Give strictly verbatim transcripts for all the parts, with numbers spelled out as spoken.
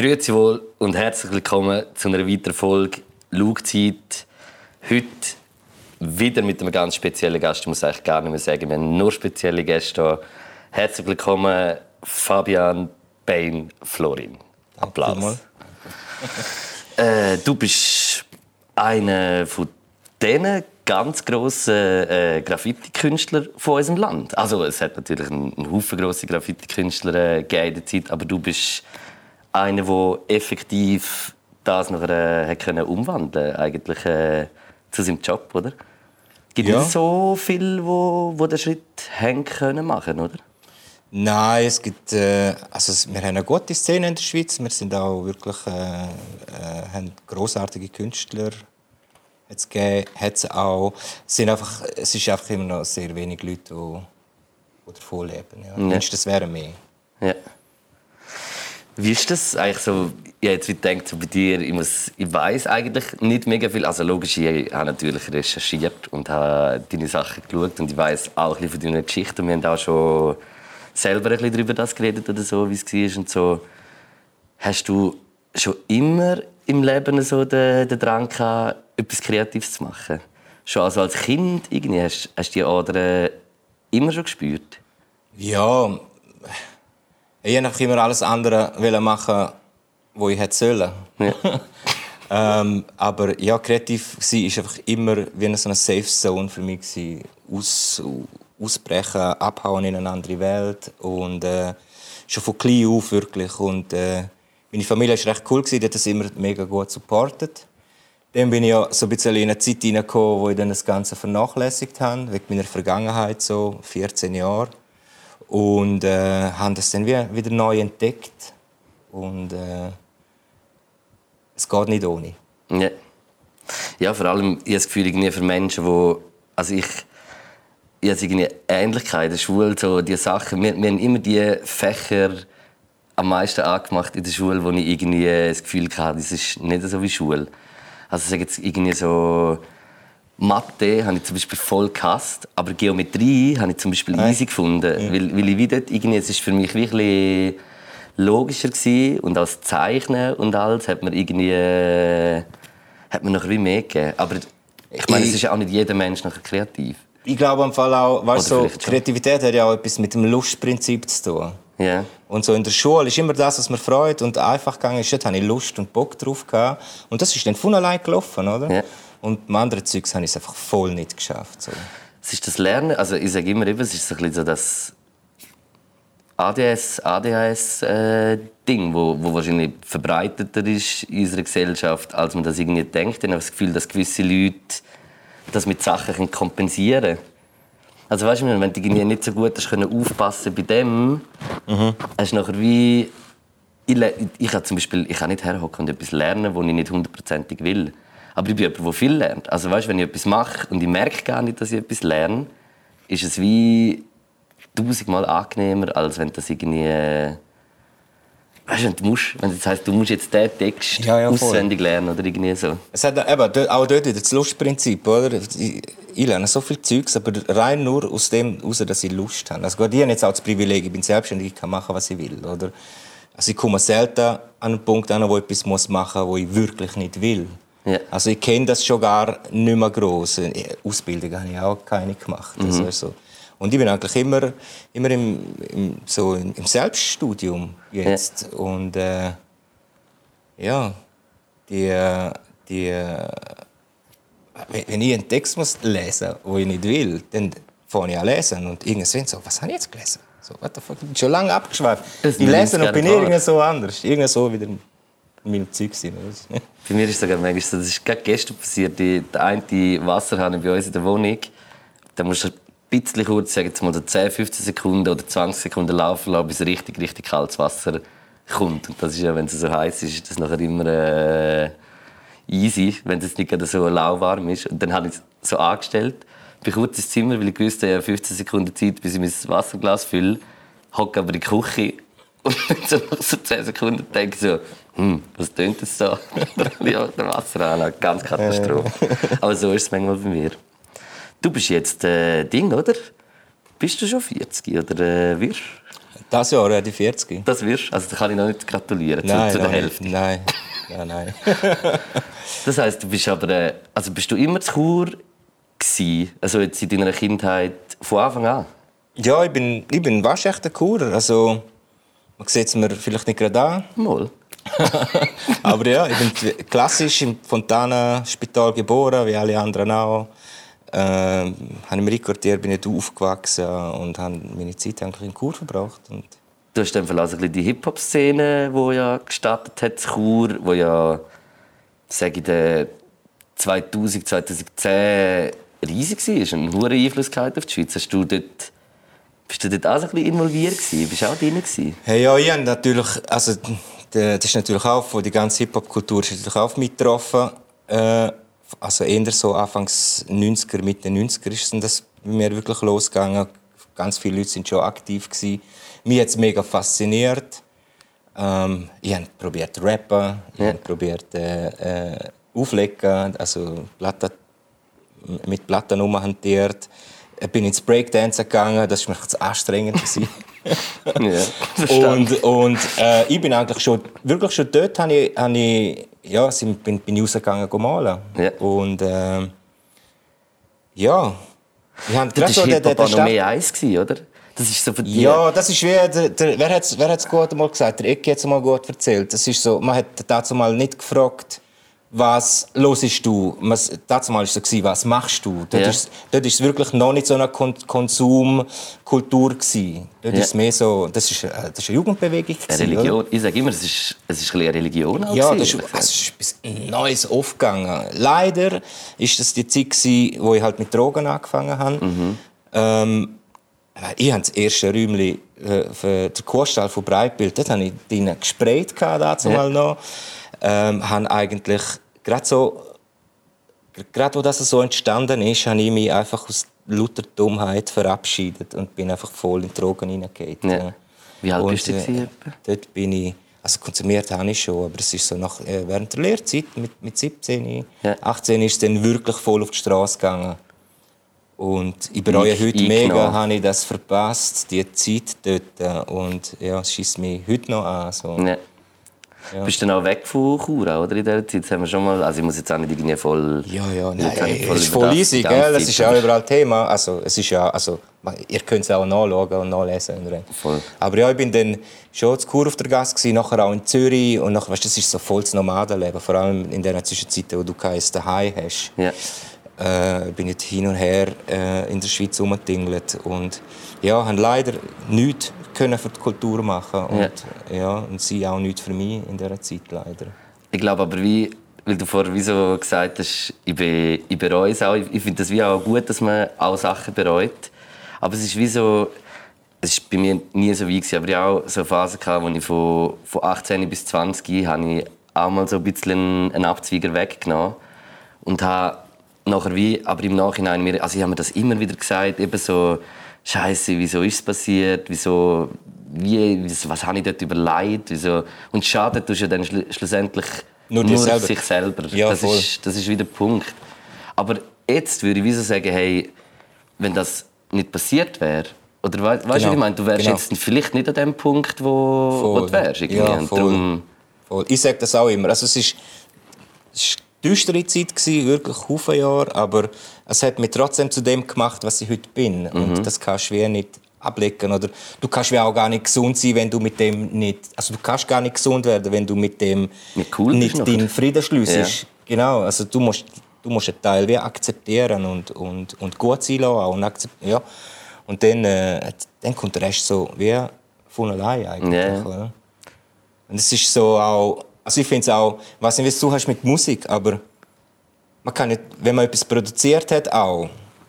Grüezi wohl und herzlich willkommen zu einer weiteren Folge Schau-Zeit. Heute wieder mit einem ganz speziellen Gast. Ich muss eigentlich gar nicht mehr sagen, wir haben nur spezielle Gäste hier. Herzlich willkommen, Fabian Bain Florin. Applaus. äh, du bist einer von diesen ganz grossen äh, Graffiti-Künstler von unserem Land. Also es hat natürlich einen, einen Haufen grosse Graffiti-Künstler äh, gegeben in der Zeit, aber du bist einer, der effektiv das noch äh, können umwandeln eigentlich äh, zu seinem Job, oder? Gibt es ja. so viele, wo, wo den Schritt haben können machen, oder? Nein, es gibt, äh, also wir haben eine gute Szene in der Schweiz. Wir sind auch wirklich, äh, äh, haben grossartige Künstler. Hat's gegeben, hat's auch. Es sind einfach, es ist einfach immer noch sehr wenig Leute, die, die davon leben. Ja. Ja. Wünschte, es wären mehr. Ja. Wie ist das eigentlich so? Ich habe jetzt gedacht, so bei dir, ich, muss, ich weiss eigentlich nicht mega viel. Also logisch, ich habe natürlich recherchiert und habe deine Sachen geschaut und ich weiss auch ein bisschen von deiner Geschichte. Und wir haben auch schon selber ein bisschen darüber das geredet oder so, wie es war und so. Hast du schon immer im Leben so den, den Drang gehabt, etwas Kreatives zu machen? Schon also als Kind irgendwie hast, hast du die Adern immer schon gespürt? Ja, ich wollte immer alles andere machen, was ich hätte sollen. Ja. ähm, aber ja, kreativ sein war einfach immer wie so eine Safe Zone für mich. Aus, ausbrechen, abhauen in eine andere Welt. Und, äh, schon von klein auf wirklich. Und, äh, meine Familie war recht cool, die hat das immer mega gut supportet. Dann bin ich ja so ein bisschen in eine Zeit hineingekommen, wo ich dann das Ganze vernachlässigt habe, wegen meiner Vergangenheit, so vierzehn Jahre. Und äh, haben das dann wieder neu entdeckt. Und äh, es geht nicht ohne. Ja, ja vor allem, ich habe das Gefühl, irgendwie für Menschen, die... Also ich... Ich habe irgendwie Ähnlichkeit in der Schule, so die Sachen. Wir, wir haben immer die Fächer am meisten angemacht in der Schule, wo ich irgendwie das Gefühl hatte, das ist nicht so wie Schule. Also sage jetzt irgendwie so Mathe habe ich zum Beispiel voll gehasst, aber Geometrie habe ich zum Beispiel easy gefunden, ja. weil, weil ich wie dort irgendwie, es ist für mich wirklich logischer gewesen und als Zeichnen und alles hat man irgendwie äh, hat man noch wie mehr gegeben. Aber ich meine, es ist ja auch nicht jeder Mensch nachher kreativ. Ich glaube im Fall auch, weißt, so, Kreativität hat ja auch etwas mit dem Lustprinzip zu tun. Yeah. Und so in der Schule ist immer das, was mir freut und einfach gegangen ist. Dort hatte ich Lust und Bock drauf gehabt. Und das ist dann von allein gelaufen, oder? Yeah. Und mit anderen Zeugs habe ich es einfach voll nicht geschafft. So. Es ist das Lernen, also ich sage immer, es ist so ein bisschen so das A D S, A D H S-Ding, wo, wo wahrscheinlich verbreiteter ist in unserer Gesellschaft, als man das irgendwie denkt. Ich habe das Gefühl, dass gewisse Leute das mit Sachen kompensieren können. Also weißt du, wenn du nicht so gut hast, können aufpassen bei dem, mhm. hast du nachher wie... Ich, ich kann zum Beispiel ich kann nicht herhocken und etwas lernen, das ich nicht hundertprozentig will. Aber ich bin jemand, der viel lernt. Also weißt, wenn ich etwas mache und ich merke gar nicht, dass ich etwas lerne, ist es wie tausendmal angenehmer, als wenn das irgendwie... Weißt du, du musst, wenn das heisst, du musst jetzt diesen Text ja, ja, auswendig lernen oder irgendwie so. Es hat eben, auch dort wieder das Lustprinzip, oder? Ich, ich lerne so viel Zeugs, aber rein nur aus dem heraus, dass ich Lust habe. Also ich habe jetzt auch das Privileg, ich bin selbstständig, ich kann machen, was ich will, oder? Also ich komme selten an einen Punkt an, wo ich etwas machen muss, was ich wirklich nicht will. Ja. Also ich kenne das schon gar nicht mehr gross. Ausbildung habe ich auch keine gemacht. Mhm. Also, also. Und ich bin eigentlich immer, immer im, im, so im Selbststudium jetzt. Ja. Und äh, ja, die, die, wenn ich einen Text muss lesen muss, den ich nicht will, dann fange ich an zu lesen. Und irgendwann so, was habe ich jetzt gelesen? So, what the fuck? Ich bin schon lange abgeschweift. Ich lese und bin irgendwie so anders. Irgendwie so wieder in meinem Zeug. Bei mir ist es sogar manchmal so, das ist gerade gestern passiert. Der eine Wasserhahn bei uns in der Wohnung, da musst du ein bisschen kurz, sagen wir mal zehn, fünfzehn Sekunden oder zwanzig Sekunden laufen lassen, bis richtig, richtig kaltes Wasser kommt. Und das ist ja, wenn es so heiß ist, ist das nachher immer äh, easy, wenn es nicht gerade so lauwarm ist. Und dann habe ich es so angestellt, bin kurz ins Zimmer, weil ich wusste, ich habe fünfzehn Sekunden Zeit, bis ich mein Wasserglas fülle, hocke aber in die Küche und so nach so zehn Sekunden denke ich so, hm, was tönt das so? Ja, der Wasserhahn, ganz Katastrophe. Aber so ist es manchmal bei mir. Du bist jetzt äh, Ding, oder? Bist du schon vierzig oder äh, wirst? Das Jahr werde ich vierzig. Das wirst du? Also da kann ich noch nicht gratulieren Nein, zu, zu der nein, Hälfte. Nein, nein, nein. Das heisst, du bist aber, äh, also bist du immer zu Chur gewesen? Also jetzt in deiner Kindheit von Anfang an? Ja, ich bin, ich bin waschechter Churer. Also, man sieht es mir vielleicht nicht gerade an. Mal. Aber ja, ich bin klassisch im Fontana-Spital geboren, wie alle anderen auch. Ähm, habe im Rickortier bin ich aufgewachsen und habe meine Zeit eigentlich in Chur verbracht. Und Du hast dann also die Hip-Hop-Szene, die ja gestartet hat, in Chur, wo ja, sage ich, der zweitausend, zweitausendzehn riesig war und einen hohen Einfluss auf die Schweiz. Hast du dort, bist du dort auch so ein bisschen involviert gewesen? Bist du auch drin gewesen? hey, ja, ich habe natürlich, also, das ist natürlich auch, von die ganze Hip-Hop-Kultur ist natürlich auch mitgetroffen. Äh, also eher so Anfangs neunziger, Mitte neunziger ist das bei mir wirklich losgegangen. Ganz viele Leute waren schon aktiv gewesen. Mich hat es mega fasziniert. Ähm, ich habe probiert zu rappen, ich ja. habe probiert äh, äh, auflegen, also Platten, mit Platten rumhantiert. Ich bin ins Breakdance gegangen, das war mir zu anstrengend. ja, und und äh, ich bin eigentlich schon, wirklich schon dort, habe ich, habe ich, ja, bin, bin ich rausgegangen zu malen. Ja. Und äh, ja, ich habe das war Hip-Hop auch noch mehr eins, oder? Das ist so für die... Ja, das ist wie, der, der, wer hat es wer gut einmal gesagt? Der Ecki hat es mal gut erzählt. Das ist so, man hat dazu mal nicht gefragt, was hörst du? Dazu mal war es so, was machst du? Dort ja. ist dort ist es wirklich noch nicht so eine Kon- Konsumkultur gewesen. Dort ja. ist es mehr so, das ist, das ist eine Jugendbewegung gewesen, eine Religion. oder? Ich sage immer, es ist, es ist eine Religion auch ja, gewesen, das ist, es ist etwas Neues aufgegangen. Leider ist das die Zeit gewesen, wo ich halt mit Drogen angefangen habe. Mhm. Ähm, Ich hatte das erste Räumchen für den Kurstall von Breitbild. Dort habe ich drinnen gesprayt, dazu mal noch. Ähm, habe eigentlich gerade so, gerade wo das so entstanden ist, habe ich mich einfach aus lauter Dummheit verabschiedet und bin einfach voll in die Drogen hineingegangen. Ja. Wie alt und, bist du äh, dort bin ich, also konsumiert habe ich schon, aber es ist so nach, äh, während der Lehrzeit, mit, mit siebzehn, ja. achtzehn, ist es dann wirklich voll auf die Straße gegangen. Und ich bereue heute ich mega, genau. habe ich das verpasst, die Zeit dort. Und ja, es schiesst mich heute noch an. So. Ja. Ja. Bist du dann auch weg von Chur, oder? In dieser Zeit? Das haben wir schon mal, also ich muss jetzt auch nicht irgendwie voll... Ja, ja, nein, nein, es ist voll easy, gell? Es ist ja überall Thema. Also, es ist ja, also, ihr könnt es auch nachschauen und nachlesen. Voll. Aber ja, ich bin dann schon zu Chur auf der Gasse gewesen, nachher auch in Zürich. Und nachher, weißt, das ist so voll das Nomadenleben, vor allem in der Zwischenzeit, wo du kein Zuhause hast. Ja. Äh, bin ich hin und her äh, in der Schweiz rumgetingelt und ja, habe leider nichts können für die Kultur machen und ja. Ja, und sie auch nichts für mich in dieser Zeit leider. Ich glaube aber, wie, weil du vorher wie so gesagt hast, ich, be, ich bereue es auch. Ich, ich finde es wie auch gut, dass man auch Sachen bereut. Aber es ist wie so, es war bei mir nie so wie gewesen, aber ich hatte auch so eine Phase, wo ich von, von achtzehn bis zwanzig habe ich auch mal so ein bisschen einen Abzweiger weggenommen und habe nachher wie, aber im Nachhinein, also ich habe mir das immer wieder gesagt, eben so, Scheiße, wieso ist es passiert, wieso, wie, was habe ich dort überlegt, wieso, und schadet tust ja dann schlu- schlussendlich nur, nur selber. sich selber. Ja, das, voll. ist, das ist wieder der Punkt. Aber jetzt würde ich wieso sagen, hey, wenn das nicht passiert wäre, oder we- weißt du, genau. wie ich meine, du wärst genau. jetzt vielleicht nicht an dem Punkt, wo, wo du wärst. Irgendwie. Ja, voll. Darum... voll. Ich sage das auch immer. Also es ist, es war eine düstere Zeit, wirklich viele Jahre, aber es hat mich trotzdem zu dem gemacht, was ich heute bin. Mhm. Und das kannst du nicht ablegen. Oder du kannst auch gar nicht gesund sein, wenn du mit dem nicht... Also du kannst gar nicht gesund werden, wenn du mit dem nicht, cool nicht deinen Frieden schliessest. Ja. Genau, also du musst, du musst einen Teil wie akzeptieren und, und, und gut sein lassen. Und, akzept, ja. und dann, äh, dann kommt der Rest so wie von allein eigentlich. Ja. Oder? Und es ist so auch... Also ich finde es auch, ich weiss nicht, wie du hast mit Musik, aber man kann nicht, wenn man etwas produziert hat, auch,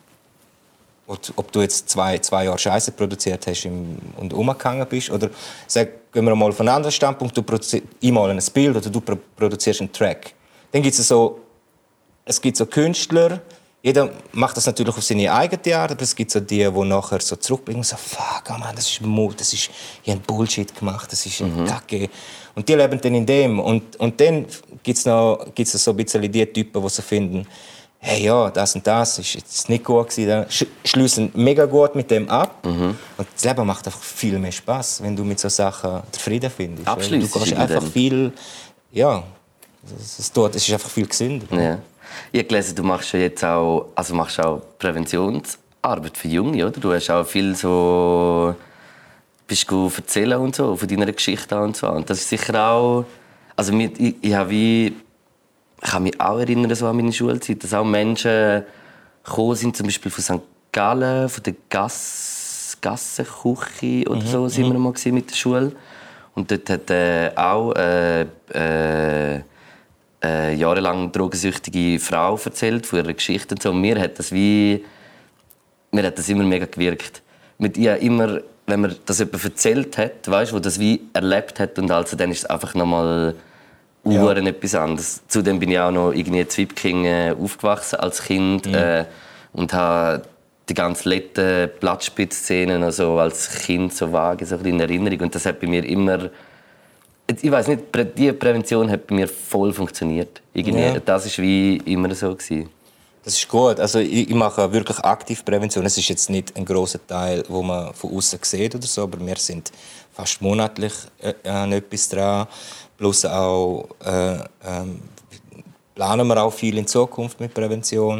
ob du jetzt zwei, zwei Jahre Scheiße produziert hast und umgegangen bist, oder sag, gehen wir mal von einem anderen Standpunkt, du produzierst einmal ein Bild oder du produzierst einen Track. Dann gibt es so, es gibt so Künstler, jeder macht das natürlich auf seine eigene Art, aber es gibt so die, die nachher so zurückblicken und sagen, fuck, oh Mann, das ist Mut, das ist, ich habe Bullshit gemacht, das ist mhm. Kacke. Und die leben dann in dem. Und, und dann gibt es noch gibt's so ein bisschen die Typen, die so finden, hey, ja, das und das ist jetzt nicht gut gewesen, dann sch- schliessen mega gut mit dem ab. Mhm. Und das Leben macht einfach viel mehr Spaß, wenn du mit so Sachen den Frieden findest. Abschließend. Du kannst einfach viel, ja, es, es, tut, es ist einfach viel gesünder. Ja. Ich habe gelesen, du machst ja jetzt auch, also machst auch Präventionsarbeit für Junge, oder? Du hast auch viel so, bist du erzählen und so, von deiner Geschichte und so. Und das ist sicher auch, also ich, ich habe wie, ich kann mich auch erinnern so an meine Schulzeit, dass auch Menschen gekommen sind, zum Beispiel von Sankt Gallen, von der Gass, Gassenküche oder so, mhm. sind wir mal mit der Schule. Und dort hat äh, auch äh, äh, eine jahrelang drogensüchtige Frau erzählt von ihrer Geschichte und so. Und mir hat das wie, mir hat das immer mega gewirkt. Mit ihr immer, wenn man das jemand erzählt hat, weißt, wo das wie erlebt hat und also dann ist es einfach nochmal ja. etwas anderes. Zudem bin ich auch noch irgendwie in Zwipking äh, aufgewachsen als Kind mhm. äh, und habe die ganze letzte Blattspitz-Szenen also als Kind so vage so in Erinnerung und das hat bei mir immer, ich weiß nicht, die Prävention hat bei mir voll funktioniert. Irgendwie. Ja. Das ist wie immer so gewesen. Das ist gut. Also ich, ich mache wirklich aktiv Prävention. Es ist jetzt nicht ein grosser Teil, wo man von außen sieht oder so, aber wir sind fast monatlich an etwas dran. Plus auch äh, ähm, planen wir auch viel in Zukunft mit Prävention.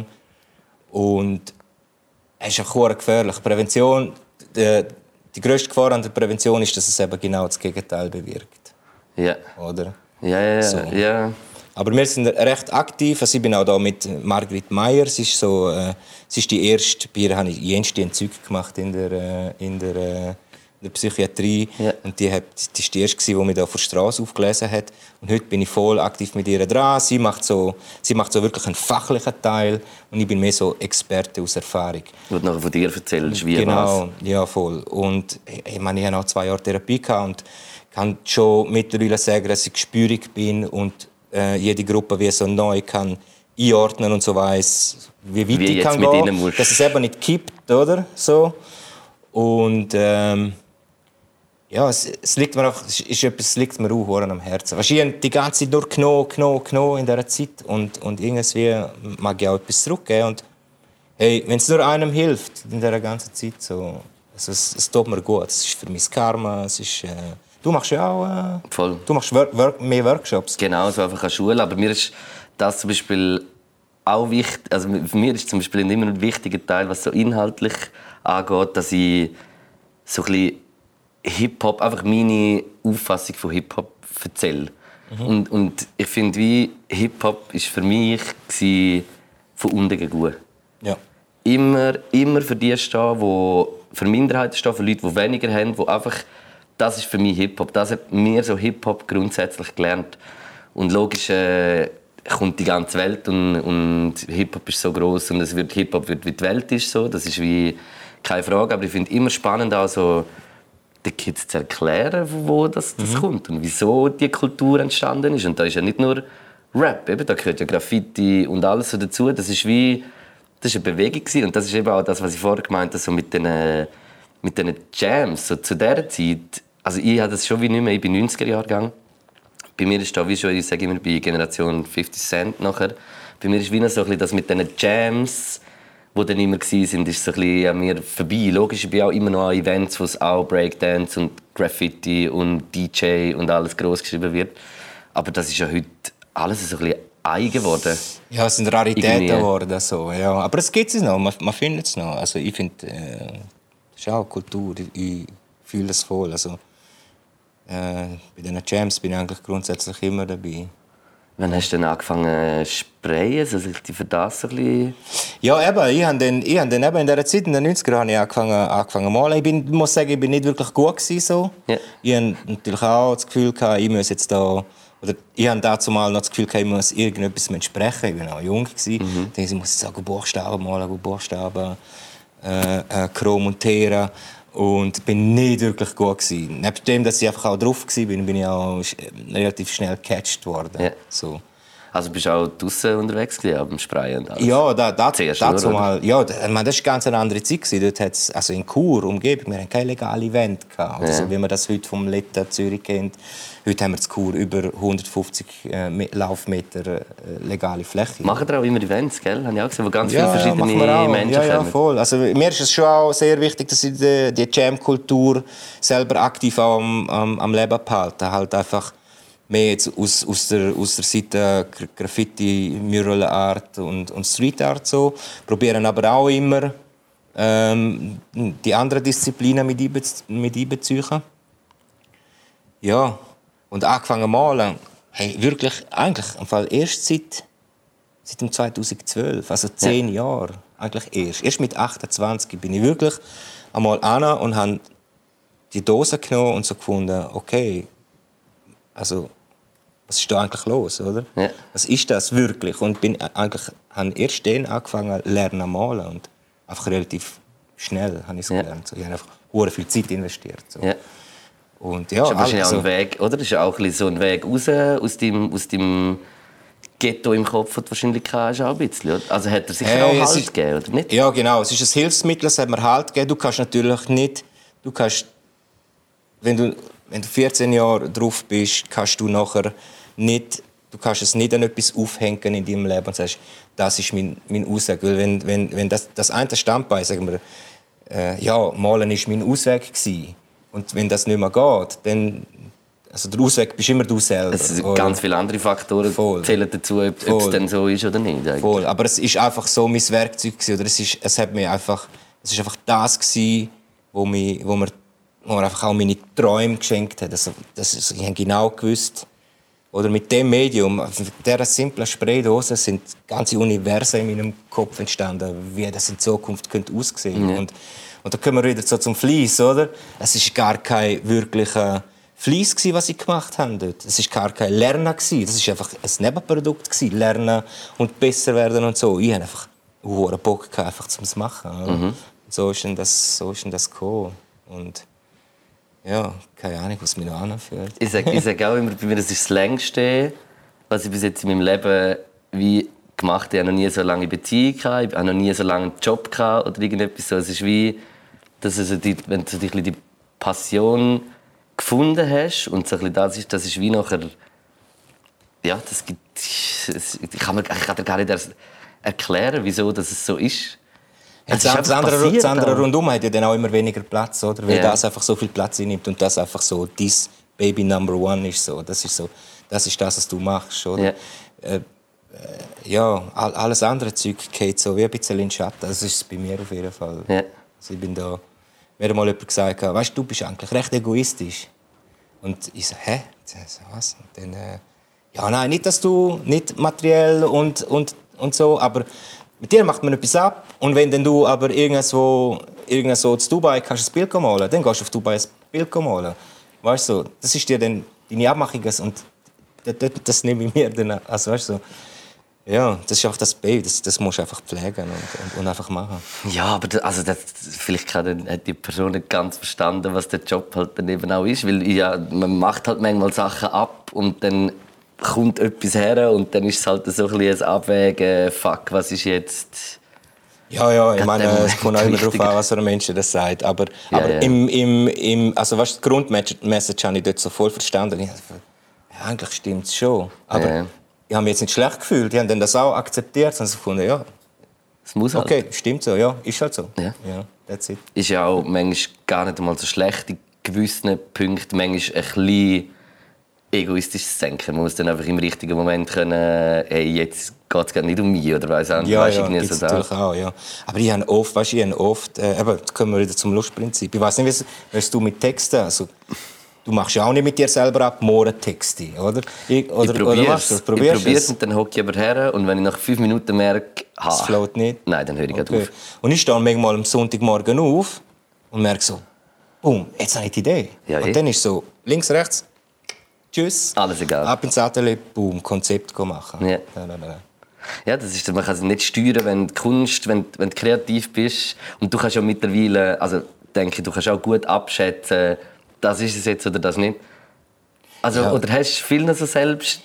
Und es ist auch gefährlich. Prävention, die, die grösste Gefahr an der Prävention ist, dass es eben genau das Gegenteil bewirkt. Ja. Oder? Ja, ja, so. ja. Aber wir sind recht aktiv. Also ich bin auch da mit Margrit Meier. Sie ist, so, äh, sie ist die erste, bei ihr habe ich jenste Entzüge gemacht in der, äh, in der, äh, der Psychiatrie. Ja. Und die, hat, die ist die erste, die mich da vor der Straße aufgelesen hat. Und heute bin ich voll aktiv mit ihr dran. Sie macht so, sie macht so wirklich einen fachlichen Teil. Und ich bin mehr so Experte aus Erfahrung. Du nachher von dir erzählst, wie genau, was. Ja, voll. Und ich meine, ich habe auch zwei Jahre Therapie gehabt und kann schon mittlerweile sagen, dass ich gespürig bin und äh, jede Gruppe wie so neu kann einordnen und so weiss, wie weit wie ich kann gehen, dass es eben nicht kippt, oder so. Und ähm, ja, es, es liegt mir auch, es ist etwas, es liegt mir auch am Herzen. Weißt, ich habe die ganze Zeit nur genommen, genommen, genommen in dieser Zeit und und irgendwie mag ich auch etwas zurückgeben und hey, wenn es nur einem hilft in dieser ganzen Zeit, so, also es, es tut mir gut. Es ist für mich Karma, es ist äh, du machst ja auch äh, Voll. Du machst work, work, mehr Workshops. Genau, so einfach an Schule. Aber mir ist das zum Beispiel auch wichtig. Also für mich ist zum Beispiel immer ein wichtiger Teil, was so inhaltlich angeht, dass ich so ein bisschen Hip-Hop, einfach meine Auffassung von Hip-Hop erzähle. Mhm. Und, und ich finde, wie Hip-Hop ist für mich war von unten gegen gut. Ja. Immer, immer für die stehen, die für Minderheiten stehen, für Leute, die weniger haben, die einfach das ist für mich Hip-Hop. Das hat mir so Hip-Hop grundsätzlich gelernt. Und logisch äh, kommt die ganze Welt und, und Hip-Hop ist so groß und es wird Hip-Hop wird wie die Welt ist so. Das ist wie keine Frage. Aber ich finde immer spannend, also den Kids zu erklären, wo das, das mhm. kommt und wieso die Kultur entstanden ist. Und da ist ja nicht nur Rap, eben, da gehört ja Graffiti und alles so dazu. Das ist wie das ist eine Bewegung gewesen. Und das ist eben auch das, was ich vorher gemeint habe, so mit den mit den Jams. So zu dieser Zeit, also ich habe das schon wie nicht mehr, ich bin neunziger-Jahrgang. Bei mir ist da wie schon, ich sage immer, bei Generation fifty Cent nachher. Bei mir ist wie noch so ein bisschen das mit den Jams, die dann immer waren, ist so ein bisschen an mir vorbei. Logisch, ich bin auch immer noch an Events, wo es auch Breakdance und Graffiti und D J und alles gross geschrieben wird. Aber das ist ja heute alles so ein bisschen eigen geworden. Ja, es sind Raritäten geworden. So, ja. Aber es gibt es noch, man, man findet es noch. Also ich finde, äh, das ist auch Kultur, ich, ich fühle es voll. Also, äh, bei den Jams bin ich eigentlich grundsätzlich immer dabei. Wann hast du denn angefangen zu sprayen? Also für das so ein bisschen... Ja, eben. Ich habe dann, ich habe dann eben in dieser Zeit, in den neunziger, habe ich angefangen, angefangen zu malen. Ich bin, muss sagen, ich bin nicht wirklich gut gewesen, so. Ja. Ich hatte natürlich auch das Gefühl, ich muss jetzt da... Oder ich hatte dazu mal noch das Gefühl, ich muss irgendetwas entsprechen. Ich war auch jung. Mhm. Ich dachte, ich muss jetzt auch Buchstaben malen, Buchstaben äh, äh, montieren. Und bin nicht wirklich gut gewesen. Neben dem, dass ich einfach auch drauf war, bin ich auch relativ schnell gecatcht worden. Ja. So. Also bist du auch draußen unterwegs gewesen, am Sprayen und alles? Ja, da, da, Zuerst, dazu oder? mal. Ja, da- ich meine, das war ganz eine andere Zeit gewesen. Dort hat's, also in Chur, Umgebung, wir hatten keine legale Event gehabt. Oder Ja. so wie man das heute vom Letten Zürich kennt. Heute haben wir in Chur über hundertfünfzig äh, Me- Laufmeter äh, legale Fläche. Machen ihr auch immer Events, gell? Habe ich auch gesehen, wo ganz Ja, viele ja, machen wir verschiedene auch. Menschen ja, ja, kommen. voll. Also, mir ist es schon auch sehr wichtig, dass ich die, die Jam-Kultur selber aktiv auch am, am, am Leben behalte. Halt einfach mehr jetzt aus, aus, der, aus der Seite Gra- Graffiti, Mural Art und, und Street Art so. Probieren aber auch immer ähm, die anderen Disziplinen mit, einbez mit einbeziehen. Ja, und angefangen malen, hey, wirklich, eigentlich im Fall erst seit, seit dem zweitausendzwölf, also zehn ja. Jahre, eigentlich erst. Erst mit achtundzwanzig bin ich wirklich einmal an und habe die Dose genommen und so gefunden, okay, also was ist da eigentlich los, oder? Ja. Was ist das wirklich? Und bin eigentlich, habe erst dann angefangen zu lernen zu malen und einfach relativ schnell habe ich es Ja. gelernt. So, ich habe einfach sehr viel Zeit investiert. So. Ja. Und ja, Das ist wahrscheinlich also, auch ein Weg, oder? Das ist auch ein bisschen so ein Weg raus aus deinem, aus deinem Ghetto im Kopf, das du wahrscheinlich hast, auch ein bisschen. Oder? Also hat er sicher Hey, auch es Halt ist- gegeben, oder nicht? Ja, genau. Es ist ein Hilfsmittel, es hat mir Halt gegeben. Du kannst natürlich nicht, du kannst, wenn du, wenn du vierzehn Jahre drauf bist, kannst du nachher nicht, du kannst es nicht an etwas aufhängen in deinem Leben und sagst, das ist mein, mein Ausweg. Weil wenn, wenn, wenn das, das eine Standbein, sagen wir, äh, ja, Malen war mein Ausweg gewesen. Und wenn das nicht mehr geht, dann, also der Ausweg bist immer du selber. Es sind oder? ganz viele andere Faktoren Voll. zählen dazu, ob, ob es Voll. dann so ist oder nicht. eigentlich. Voll. Aber es ist einfach so mein Werkzeug gewesen, oder es ist, es hat mir einfach, es ist einfach das gewesen, wo mir, wo mir, wo mir einfach auch meine Träume geschenkt hat. Also, das ist, ich habe genau gewusst, oder mit dem Medium, mit dieser simplen Spraydose, sind ganze Universen in meinem Kopf entstanden, wie das in Zukunft könnte aussehen. Ja. Und, und da kommen wir wieder so zum Fleiss, oder? Es ist gar kein wirklicher Fleiss gsi, was ich gemacht habe dort. Es ist gar kein Lernen gsi. Das ist einfach ein Nebenprodukt gsi. Lernen und besser werden und so. Ich hatte einfach hohen Bock gehabt, einfach zum machen. Oder? Mhm. So ist denn das, so ist denn das gekommen. Und ja, keine Ahnung, was mich noch anfühlt. Ich sage ich sag auch immer, bei mir, das ist das Längste, was ich bis jetzt in meinem Leben wie gemacht habe. Ich habe noch nie so lange Beziehung gehabt, ich habe noch nie so lange einen Job gehabt oder irgendetwas so. Es ist wie, dass also die, wenn du so die, die Passion gefunden hast und so ein bisschen das ist, das ist wie nachher, ja, das gibt, ich kann, mir, ich kann dir gar nicht erst erklären, wieso das es so ist. Ja, Es das, ist das, einfach andere, passiert das andere auch. rundum hat ja dann auch immer weniger Platz, oder? Weil Ja. das einfach so viel Platz einnimmt und das einfach so «This Baby Number One» ist so. Das ist so, das ist das, was du machst, oder? Ja. Äh, äh, ja, all, alles andere Zeug geht so wie ein bisschen in den Schatten. Das ist es bei mir auf jeden Fall. Ja. Also ich bin da, mir hat mal jemand gesagt, weißt du, du bist eigentlich recht egoistisch. Und ich so, hä? So, was? Und dann, äh, ja, nein, nicht, dass du nicht materiell und, und, und so, aber mit dir macht man etwas ab. Und wenn dann du aber irgendwo, irgendwo zu Dubai kannst ein Bild malen, dann gehst du auf Dubai ein Bild malen. Weißt du, das ist dir dann deine Abmachung und das, das, das nehme ich mir dann, also weißt du, ja, das ist einfach das Baby, das, das musst du einfach pflegen und, und, und einfach machen. Ja, aber da, also das, vielleicht kann, hat die Person nicht ganz verstanden, was der Job halt dann eben auch ist. Weil ja, man macht halt manchmal Sachen ab und dann kommt etwas her und dann ist es halt so ein bisschen ein Abwägen, fuck, was ist jetzt... Ja, ja, ich Gerade meine, dem es kommt auch immer darauf wichtiger. an, was für ein Mensch das sagt. Aber, Ja, aber ja. Im, im, im, also weißt, die Grundmessage habe ich dort so voll verstanden. Ich dachte, ja, eigentlich stimmt es schon. Aber Ja. ich habe mich jetzt nicht schlecht gefühlt. Die haben dann das auch akzeptiert und so gefunden, ja, Es muss halt. okay, stimmt so, ja, ist halt so. Ja. Ja, that's it. Ist ja auch manchmal gar nicht einmal so schlecht in gewissen Punkten. Manchmal ein bisschen egoistisches Denken. Man muss dann einfach im richtigen Moment können, hey, jetzt geht es nicht um mich oder weiss auch nicht. Ja, Weißt du, ja, irgendwie gibt's so natürlich da. auch, ja. Aber ich habe oft, weißt, ich habe oft, äh, eben, jetzt kommen wir wieder zum Lustprinzip. Ich weiß nicht, wie du mit Texten, also, du machst ja auch nicht mit dir selber ab, morgen Texte, oder? Ich, oder, Ich oder machst du probiere es? es Probierst es? und dann hocke ich aber her und wenn ich nach fünf Minuten merke, ha, Es float nicht? nein, dann höre ich Okay. okay. auf. Und ich stehe manchmal am Sonntagmorgen auf und merke so, boom, jetzt habe ich die Idee. Ja, eh. und dann ist so, links, rechts, tschüss. Alles egal. Ab ins Atelier, boom, Konzept machen. Ja. Nein, nein, nein. Ja, das ist, man kann es nicht steuern, wenn du Kunst, wenn, wenn du kreativ bist. Und du kannst ja mittlerweile, also denke ich, du kannst auch gut abschätzen, das ist es jetzt oder das nicht. Also, Ja. oder hast du viel noch so selbst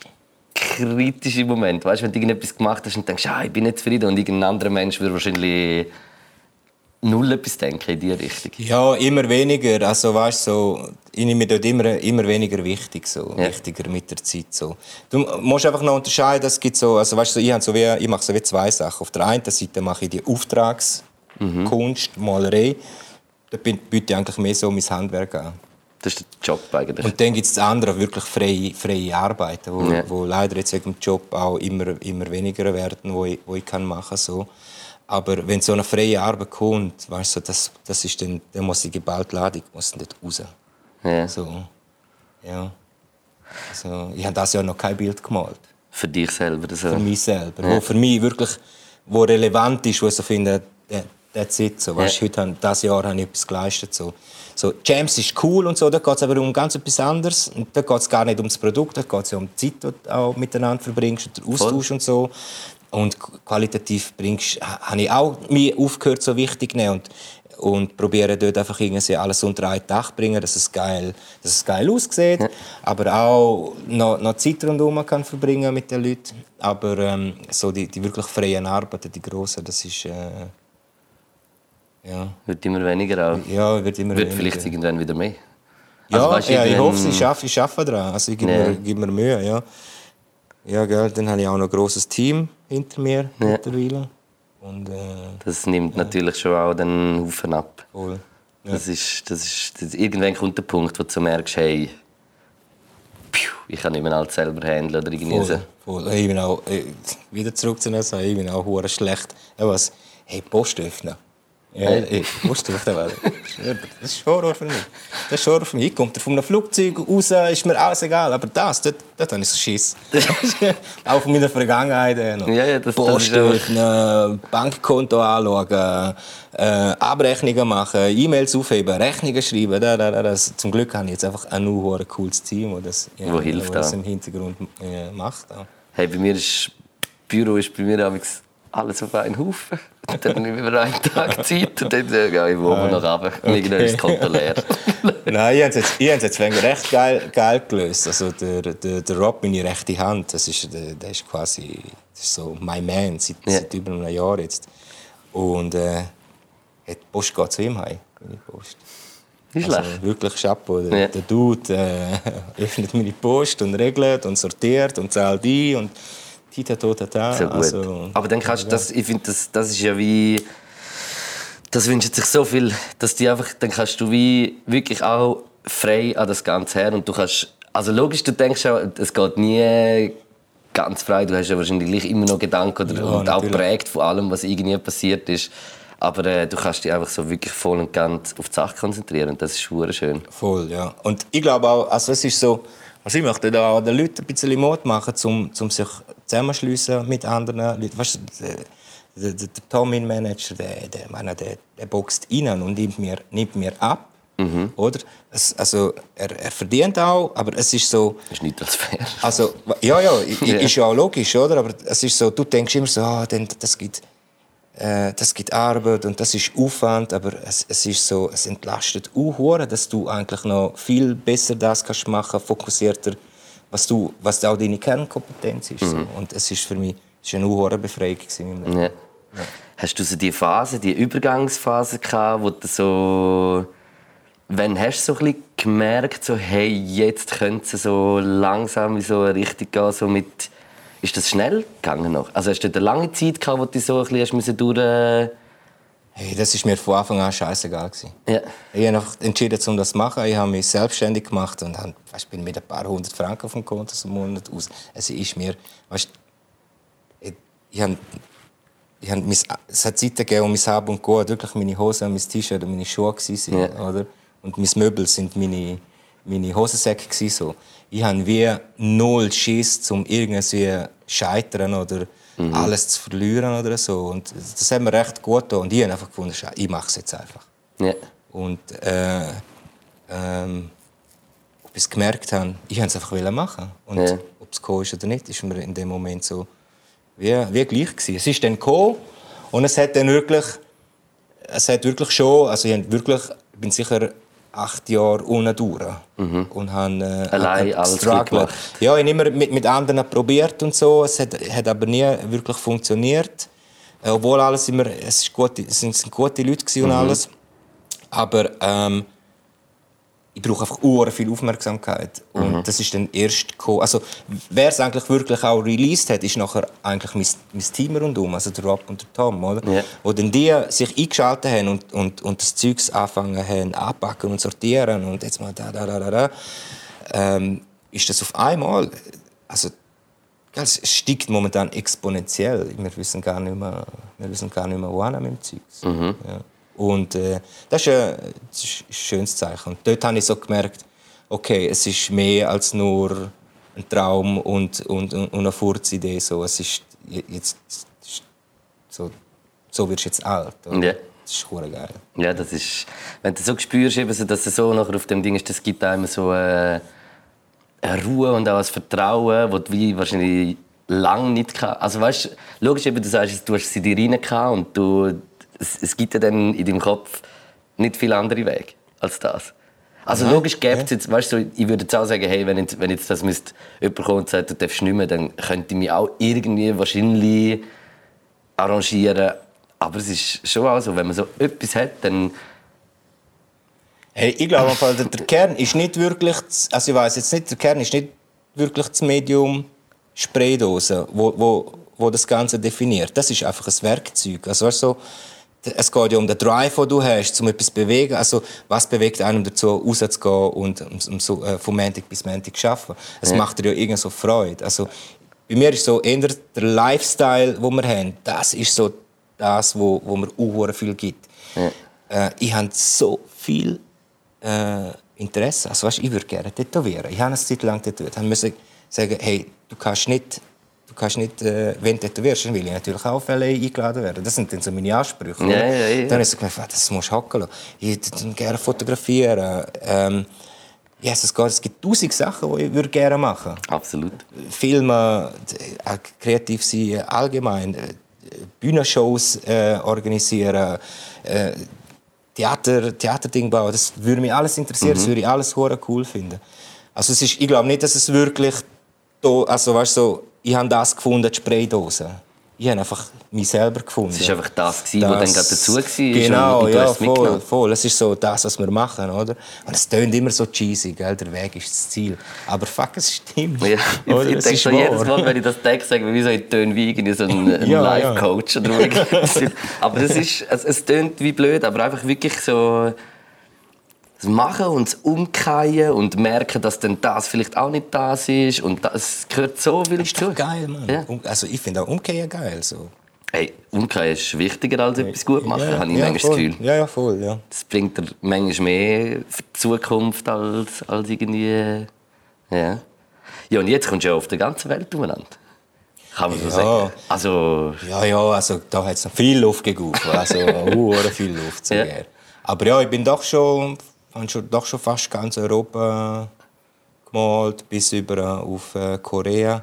kritische Momente. Weißt du, wenn du irgendetwas gemacht hast und denkst, ah, ich bin nicht zufrieden und irgendein anderer Mensch würde wahrscheinlich null etwas denken in diese Richtung. Ja, immer weniger. Also weißt so, ich nehme dort immer, immer weniger wichtig, so Ja. wichtiger mit der Zeit. So. Du musst einfach noch unterscheiden. Es gibt so, also weißt so, ich, so wie, ich mache so wie zwei Sachen. Auf der einen Seite mache ich die Auftragskunst, mhm. Malerei. Da biete ich eigentlich mehr so mein Handwerk an. Das ist der Job eigentlich. Und dann gibt es das andere, wirklich freie, freie Arbeiten, wo, Ja. wo leider jetzt wegen dem Job auch immer, immer weniger werden, wo ich, wo ich kann machen so. Aber wenn so eine freie Arbeit kommt, weißt du, das, das ist dann, dann muss die geballte Ladung muss nicht raus. Ja. So, ja. Also, ich habe das Jahr noch kein Bild gemalt. Für dich selber? So. Für mich selber. Ja. Wo für mich wirklich wo relevant ist, wo ich so finde, that's it. So, weißt, Ja. heute habe, dieses Jahr habe ich etwas geleistet. So. So, Jams ist cool und so, da geht es aber um ganz etwas anderes. Und da geht es gar nicht um das Produkt, da geht es ja um die Zeit, die du auch miteinander verbringst, und den Austausch Voll. und so. Und qualitativ bringst, habe ich auch mir aufgehört, so wichtig zu nehmen. Und, und probiere dort einfach irgendwie alles unter ein Dach zu bringen, dass es geil, dass es geil aussieht, ja. aber auch noch, noch Zeit rundherum kann verbringen mit den Leuten. Aber ähm, so die, die wirklich freien Arbeiten, die grossen, das ist äh, ja. Wird immer weniger auch. Ja, wird immer Wird weniger. vielleicht irgendwann wieder mehr. Ja, Also, weißt, ja ich irgendwann- hoffe, ich schaffe, ich schaffe daran. Also ich gebe, Ja. mir, gebe mir Mühe, ja. Ja, gell, dann habe ich auch noch ein grosses Team hinter mir Ja. mittlerweile. Und, äh, Das nimmt natürlich schon auch den Haufen ab. voll. Ja. Das ist, das ist, das, irgendwann kommt der Punkt, wo du merkst, hey, piu, ich kann nicht mehr alles selber handeln oder irgendwie so. Voll, voll. Ich bin auch, äh, wieder zurück zu sagen, ich bin auch hure schlecht. Ja, was? Hey, Post öffnen. Ja, Hey. hey, Post öffnen. Das ist Horror für mich. Das ist Horror für mich. Ich komme von einem Flugzeug raus, ist mir alles egal. Aber das, dort, dort habe ich so Schiss. Auch von meiner Vergangenheit. Äh, noch. Ja, ja, das- das Post ist auch- öffnen, Bankkonto anschauen, äh, Abrechnungen machen, E-Mails aufheben, Rechnungen schreiben. Da, da, da, das. Zum Glück habe ich jetzt einfach ein nur cooles Team, das, ja, Wo hilft wo das auch. im Hintergrund äh, macht. Auch. Hey, bei mir ist Büro ist bei mir amigs alles auf einen Haufen. Und dann habe ich über einen Tag Zeit und dann äh, gehe ich wo noch runter. Und irgendwann ist das Konto leer. Nein, ich habe es jetzt, ich habe es jetzt recht geil, geil gelöst. Also der, der, der Rob, meine rechte Hand, das ist, der, der ist quasi das ist so my man seit, Ja. seit über einem Jahr jetzt. Und äh, die Post geht zu ihm heim, meine Post. Nicht Also, schlecht. wirklich Chapeau. Der, Ja. der Dude äh, öffnet meine Post und regelt und sortiert und zahlt ein und tita tota ta. So gut. Also, Aber dann kannst du das, ich finde, das, das ist ja wie, das wünscht sich so viel, dass die einfach, dann kannst du wie wirklich auch frei an das Ganze her und du kannst, also logisch, du denkst auch, es geht nie ganz frei, du hast ja wahrscheinlich immer noch Gedanken oder, Ja, und auch natürlich. geprägt von allem, was irgendwie passiert ist, aber äh, du kannst dich einfach so wirklich voll und ganz auf die Sache konzentrieren und das ist verdammt schön. Voll, ja. Und ich glaube auch, also es ist so, also ich möchte da auch den Leuten ein bisschen Mut machen, um, um sich zusammenzuschliessen mit anderen Leuten. Weißt du, der, der, der Tommy-Manager, der, der, meine, der, der boxt rein und nimmt mir, nimmt mir ab. Mhm. Oder? Es, also, er, er verdient auch, aber es ist so... Das ist nicht als fair. Also, ja, ja, i- Ja. ist ja auch logisch, oder? Aber es ist so, du denkst immer so, ah, dann, das gibt... Äh, das gibt Arbeit und das ist Aufwand, aber es, es ist so, es entlastet auch, dass du eigentlich noch viel besser das kannst machen, fokussierter, was du, was auch deine Kernkompetenz ist. So. Und es ist für mich ist eine hohe Befreiung gewesen. Ja. Hast du so die Phase, die Übergangsphase gehabt, wo du so, wenn hast du so ein bisschen gemerkt, so, hey, jetzt könnte es so langsam in so eine Richtung gehen, so mit, ist das schnell gegangen noch? Also hast du eine lange Zeit gehabt, wo du so ein bisschen hast durch Hey, das ist mir von Anfang an scheißegal gewesen. ja. Ich habe einfach entschieden, um das zu machen. Ich habe mich selbstständig gemacht und habe, weißt, bin mit ein paar hundert Franken auf dem Konto im Monat aus. Es ist mir, weißt, ich, ich habe, ich habe, es hat Zeiten gegeben, wo mein Hab und Gut wirklich meine Hosen, mein T-Shirt und meine Schuhe waren, Ja. oder? Und meine Möbel sind meine, meine Hosensäcke gewesen, so. Ich habe wie null Schiss, um irgendwie scheitern oder mhm. alles zu verlieren oder so. Und das hat mir recht gut getan. Und ich habe einfach gefunden, ich mache es jetzt einfach. Ja. Und äh, ähm, ob ich es gemerkt habe, ich wollte es einfach machen. Und Ja. ob es gekommen ist oder nicht, ist mir in dem Moment so wie, wie gleich gewesen. Es ist dann gekommen und es hat dann wirklich, es hat wirklich schon, also ich, wirklich, ich bin sicher acht Jahre unten durch. Mhm. Und habe äh, allein alles gemacht. Ja, ich habe immer mit, mit anderen probiert und so. Es hat, hat aber nie wirklich funktioniert. Äh, obwohl alles immer, es, ist gute, es sind gute Leute gewesen und mhm. alles. Aber ähm, ich brauche einfach ur viel Aufmerksamkeit. Und mhm. das ist dann erst gekommen. Also, wer es eigentlich wirklich auch released hat, ist nachher eigentlich mein, mein Team rundum, also der Rob und der Tom, oder? Yeah. Wo dann die sich eingeschaltet haben und, und, und das Zeugs angefangen haben, anpacken und sortieren und jetzt mal da, da, da, da, da. Ähm, ist das auf einmal, also, es steigt momentan exponentiell. Wir wissen gar nicht mehr, wir wissen gar nicht mehr, wo mit dem Zeugs. Mhm. Ja. Und äh, das, ist ein, das ist ein schönes Zeichen. Und dort habe ich so gemerkt, okay, es ist mehr als nur ein Traum und, und, und eine Furzidee. So, es ist jetzt, so, so wirst du jetzt alt. Ja. Das ist verdammt geil. Ja, das ist, wenn du so spürst, dass du so nachher auf dem Ding ist, das gibt einem so äh, eine Ruhe und auch ein Vertrauen, das du wahrscheinlich lange nicht hatte. Also weißt, logisch, eben, du sagst, du hast es in dir rein und du Es, es gibt ja dann in deinem Kopf nicht viele andere Wege als das. Also ja, logisch gäbe es ja. jetzt, weißt du, ich würde jetzt auch sagen, hey, wenn jetzt, wenn jetzt das müsste, jemand kommt und sagt, du darfst nicht mehr, dann könnte ich mich auch irgendwie wahrscheinlich arrangieren. Aber es ist schon auch so, wenn man so etwas hat, dann... Hey, ich glaube, der, der Kern ist nicht wirklich, also ich weiss jetzt nicht, der Kern ist nicht wirklich das Medium Spraydose, wo, wo, wo das Ganze definiert. Das ist einfach ein Werkzeug. Also weißt du, es geht ja um den Drive, den du hast, um etwas zu bewegen. Also, was bewegt einem dazu, rauszugehen und um so, äh, von Montag bis Montag zu arbeiten? Es ja. macht dir ja irgendwie so Freude. Also, bei mir ist so eher der Lifestyle, den wir haben, das ist so das, wo, wo mir auch viel gibt. Ja. Äh, ich habe so viel äh, Interesse. Also, weißt, ich würde gerne tätowieren. Ich habe eine Zeit lang tätowiert. Ich musste sagen, hey, du kannst nicht Du kannst nicht, äh, wenn du tätowierst, dann will ich natürlich auch auf L A eingeladen werden. Das sind dann so meine Ansprüche. Ja, ja, ja. Dann habe ich so gedacht, das musst du hocken lassen. Ich würde gerne fotografieren. Ähm, yes, es, geht, es gibt tausend Sachen, die ich gerne machen würde. Absolut. Filmen, äh, kreativ sein, allgemein. Äh, Bühnenshows äh, organisieren, äh, Theater, Theaterding bauen. Das würde mich alles interessieren, mhm. das würde ich alles cool finden. Also es ist, ich glaube nicht, dass es wirklich... Also, weißt du, so, ich habe das gefunden, die Spraydose. Ich habe einfach mich selber gefunden. Es war einfach das, was dann gerade dazu war. Genau, und, und ja, voll, voll. Es ist so das, was wir machen, oder? Und es klingt immer so cheesy, gell? Der Weg ist das Ziel. Aber fuck, es stimmt. Ja, ich ich denke so jedes Mal, wenn ich das denke, sage ich, wie so, ich töne wie irgendwie so ein, ein ja, Life-Coach. Ja. Oder aber es, ist, es, es tönt wie blöd, aber einfach wirklich so... Das Machen und das Umkehren und merken, dass dann das vielleicht auch nicht das ist. Und das gehört so viel dazu. Das ist doch geil, Mann. Ja. Also ich finde auch Umkehren geil. So. Hey, Umkehren ist wichtiger als etwas gut machen, ja, habe ich ja, manchmal voll. das Gefühl. Ja, ja, voll, ja. Das bringt dir manchmal mehr für die Zukunft als, als irgendwie... Ja. Ja, und jetzt kommst du ja auf der ganzen Welt umeinander. Kann man so ja. sagen. Also... Ja, ja, also da hat es noch viel Luft gegeben. Also uh, viel Luft. So ja. Aber ja, ich bin doch schon... Ich habe schon, doch schon fast ganz Europa gemalt, bis über auf äh, Korea.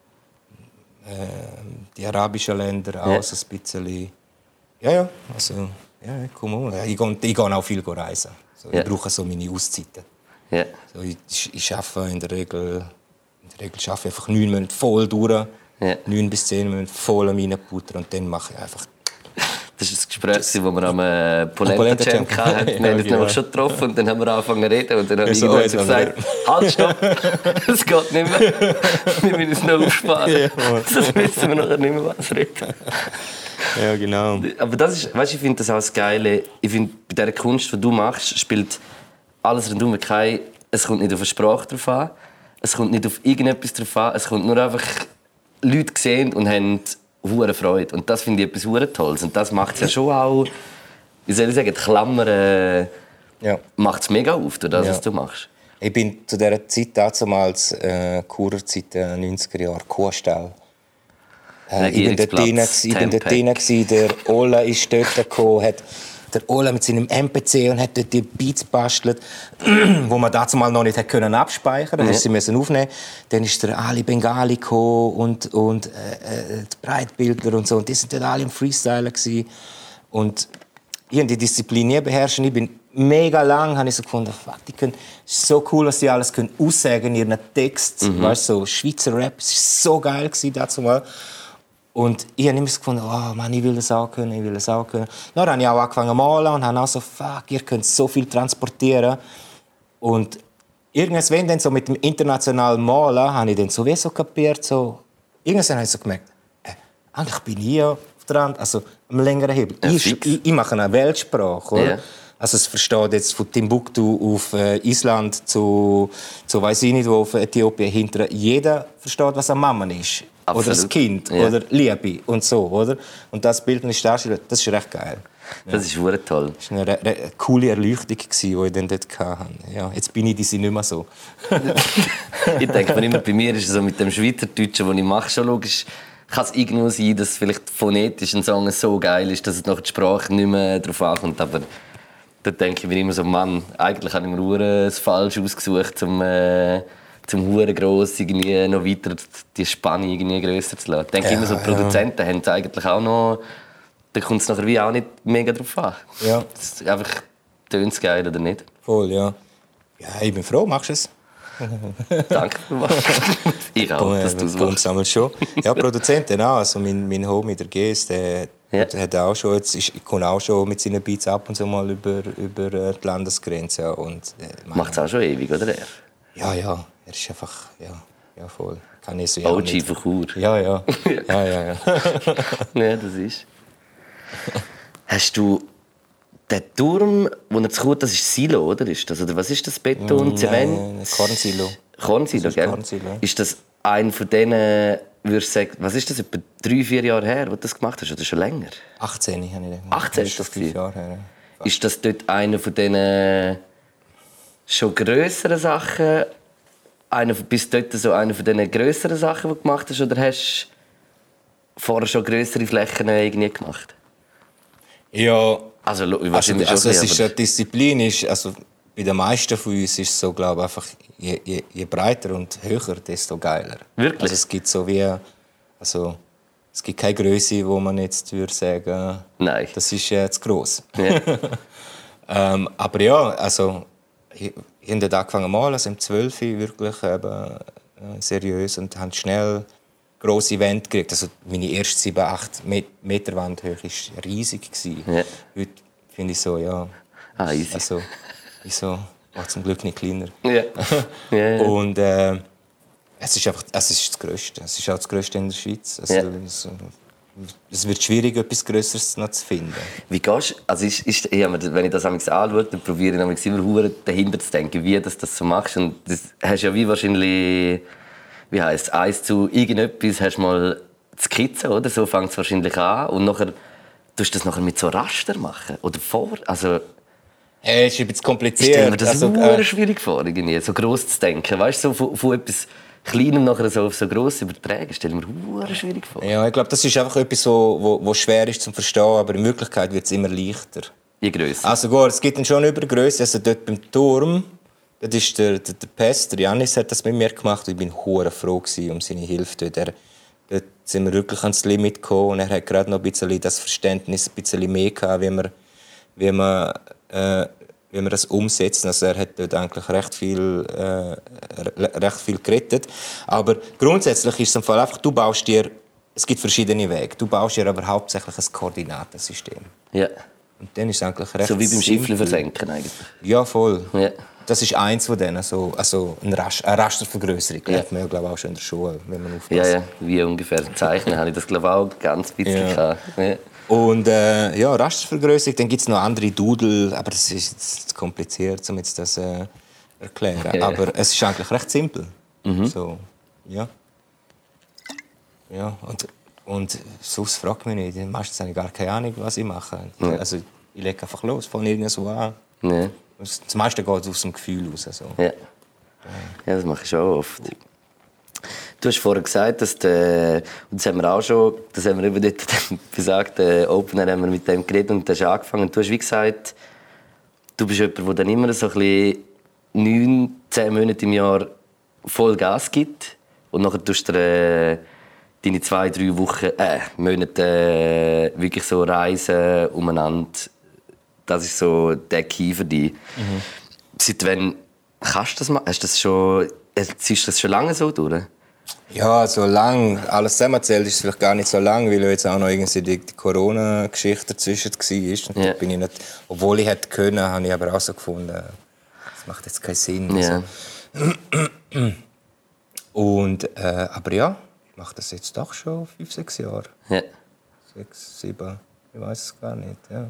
Äh, die arabischen Länder auch ja. so ein bisschen. Ja, ja, also, ja, komm on. Ich gehe, ich gehe auch viel reisen. So, ja. Ich brauche so meine Auszeiten. Ja. So, ich, ich arbeite in der Regel, in der Regel arbeite ich einfach neun Monate voll durch. Ja. Neun bis zehn Monate voll reinputtern und dann mache ich einfach... Das war das Gespräch, das wir am äh, Polenta-Jam hatten. Wir haben uns nämlich schon getroffen und dann haben wir angefangen zu reden. Und dann habe ich so, irgendwann so gesagt, halt, stopp, es geht nicht mehr. Wir müssen es noch aufsparen. Ja, sonst wissen wir nachher nicht mehr, was reden. Ja, genau. Aber das ist, weißt, ich finde das auch das Geile. Ich finde, bei dieser Kunst, die du machst, spielt alles rundum kein... Es kommt nicht auf eine Sprache drauf an. Es kommt nicht auf irgendetwas drauf an. Es kommt nur einfach... Leute sehen und haben... hure Freude. Und das finde ich etwas hure Tolles. Und das macht es ja schon auch, wie soll ich sagen, die Klammer äh, ja. macht es mega auf, durch das, ja. was du machst. Ich bin zu dieser Zeit damals, äh, Kurerzeit, äh, neunziger Jahre, Kuhstall. Äh, ich bin dort drin, ich bin dort drin, der Ola ist dort gekommen, hat der Ola mit seinem M P C und hat dort die Beats gebastelt, wo man dazu mal noch nicht können abspeichern. Dann musste sie aufnehmen. Dann ist der Ali Bengali gekommen und und äh, die Breitbildler und so. Und die sind dort alle im Freestylen gewesen. Und ich habe die Disziplin nie beherrscht. Ich bin mega lang habe ich so gefunden, fuck, die können, es ist so cool, was die alles können aussagen in ihren Text. Mhm. Weißt, so Schweizer Rap, es war so geil dazu mal. Und ich habe immer so gefunden, oh Mann, ich will das auch können, ich will das auch können. Dann habe ich auch angefangen zu malen und habe auch so, fuck, ihr könnt so viel transportieren. Und irgendwann dann so mit dem internationalen Malen habe ich dann sowieso kapiert, so, irgendwann habe ich so gemerkt, äh, eigentlich bin ich ja auf der Hand, also am längeren Hebel. Ja, ich, ich, ich mache eine Weltsprache, oder? Ja. Also es versteht jetzt von Timbuktu auf äh, Island zu, zu weiss ich nicht wo, auf Äthiopien hinterher. Jeder versteht, was eine Mama ist. Absolut. Oder das Kind. Ja. Oder Liebe und so, oder? Und das Bildnis darstellen, das ist recht geil. Ja. Das ist wirklich toll. Das war eine, eine, eine coole Erleuchtung, die ich dann dort hatte. Ja, jetzt bin ich diese nicht mehr so. Ich denke mir immer, bei mir ist es so mit dem Schweizerdeutschen, das ich mache, schon logisch, kann es irgendwo sein, dass vielleicht phonetisch ein Song so geil ist, dass es nach der Sprache nicht mehr darauf ankommt. Aber da denke ich mir immer so, Mann, eigentlich habe ich mir das falsch ausgesucht, um äh, zum hure gross irgendwie noch weiter die Spanne irgendwie grösser zu lassen. Ich denke ja, immer so, die Produzenten ja. haben es eigentlich auch noch, da kommt es nachher wie auch nicht mega drauf an. Ja. Das ist einfach, tönt es geil oder nicht. Voll, ja. Ja, ich bin froh, machst du es? Danke. Ich auch, dass du es machst. Schon. Ja, Produzenten auch. Also mein, mein Homie, der Gees, der ja. hat auch schon, jetzt ist, ich komme auch schon mit seinen Beats ab und zu mal über, über die Landesgrenze. Und, äh, macht es auch schon ewig, oder? Ja, ja. Er ist einfach, ja, ja voll. Kann ich so O G von Chur. Ja, ja. ja, ja, ja. Ja, das ist. Hast du den Turm, wo er zu Chur, das ist Silo, oder? Ist das, oder was ist das? Beton, Zement? Nein, Kornsilo. Kornsilo, gell? Kornsilo. Ist das ein von denen, würdest du sagen, was ist das, etwa drei, vier Jahre her, wo du das gemacht hast, oder schon länger? achtzehn habe ich gemacht. achtzehn ist das fünf Jahre her. Ja. Ist das dort einer von diesen schon grösseren Sachen, einer, bis dort so einer von diesen grösseren Sachen, die du gemacht hast, oder hast du vorher schon grössere Flächen irgendwie gemacht? Ja, also, also, also es ist eine Disziplin, ist, also bei den meisten von uns ist es so, glaube ich, einfach je, je, je breiter und höher, desto geiler. Wirklich? Also es gibt so wie, also es gibt keine Größe, wo man jetzt würde sagen, nein, das ist äh, zu gross. Ja. ähm, aber ja, also ich, ich habe dort angefangen zu malen, also im zwölf wirklich eben, äh, seriös und haben schnell grosse Wände gekriegt. Also meine erste sieben, acht Meter Wand hoch war riesig. Ja. Heute finde ich so, ja. Ah, easy. Also, ich so, oh, zum Glück nicht kleiner. Ja. Ja, ja. Und äh, es ist einfach, es ist das Grösste. Es ist auch das Grösste in der Schweiz. Also, ja. es, es wird schwierig, etwas Grösseres noch zu finden. Wie gehst du? Also ist, ist, ja, wenn ich das anschaue, dann probiere ich immer dahinter zu denken, wie du das so machst. Und das hast ja wie wahrscheinlich, wie heisst es, eins zu irgendetwas hast du mal Skizzen, oder? So fängt es wahrscheinlich an. Und nachher tust du das nachher mit so Raster machen? Oder vor? Also, hey, es ist ein bisschen kompliziert. Ich stelle mir das also, äh, schwierig vor, irgendwie, so gross zu denken. Weißt du, so von, von etwas Kleinem nachher so auf so gross übertragen, stelle ich mir schwierig vor. Ja, ich glaube, das ist einfach etwas, wo, wo, wo schwer ist zu verstehen, aber in Wirklichkeit wird es immer leichter. Je grösser. Also gut, es gibt dann schon über Größe. Also dort beim Turm, das ist der, der, der Pest, der Janis hat das mit mir gemacht. Ich bin hure froh um seine Hilfe dort. Er, dort sind wir wirklich ans Limit gekommen und er hat gerade noch ein bisschen das Verständnis ein bisschen mehr gehabt, wie man, wie man, äh, wie man das umsetzen. Also er hat dort eigentlich recht viel, äh, recht viel gerettet. Aber grundsätzlich ist es im Fall einfach, du baust dir, es gibt verschiedene Wege. Du baust dir aber hauptsächlich ein Koordinatensystem. Ja. Und dann ist es eigentlich recht so wie beim simpel. Schiffle versenken eigentlich. Ja, voll. Ja. Das ist eins von denen, so, also eine, Rast, eine Rastervergrößerung. Ja. Lernt man ja, glaube ich, auch schon in der Schule, wenn man aufpasst. Ja, ja, wie ungefähr zeichnen habe ich das, glaube ich, auch ganz bisschen ja. ja. Und äh, ja, Rastervergrößerung, dann gibt es noch andere Doodle, aber das ist jetzt zu kompliziert, um jetzt das äh, erklären. Ja, aber ja. es ist eigentlich recht simpel. Mhm. So, ja. Ja, und, und sonst fragt mich nicht. Meistens habe ich gar keine Ahnung, was ich mache. Ja. Also, ich lege einfach los, fange irgendwo an. Ja. Das meiste geht aus dem Gefühl raus. So. Ja. Ja, das mache ich auch oft. Du hast vorhin gesagt, dass der, und das haben wir auch schon, das haben wir über dort gesagt, äh, Opener haben wir mit dem geredet und du hast angefangen. Und du hast wie gesagt, du bist jemand, der dann immer so ein bisschen neun, zehn Monate im Jahr voll Gas gibt und nachher tust du äh, deine zwei, drei Wochen, äh, Monate äh, wirklich so reisen, umeinander das ist so der Key für dich. Mhm. Seit wann kannst du das machen? Hast du das schon, ziehst du das schon lange so durch? Ja, so lang. Alles zusammenzählt ist es vielleicht gar nicht so lang, weil jetzt auch noch irgendwie die, die Corona-Geschichte dazwischen war. Und ja. bin ich nicht, obwohl ich hätte können, habe ich aber auch so gefunden, das macht jetzt keinen Sinn. Ja. Also. Und, äh, aber ja, ich mache das jetzt doch schon fünf, sechs Jahre. Ja. Sechs, sieben, ich weiß es gar nicht. Ja.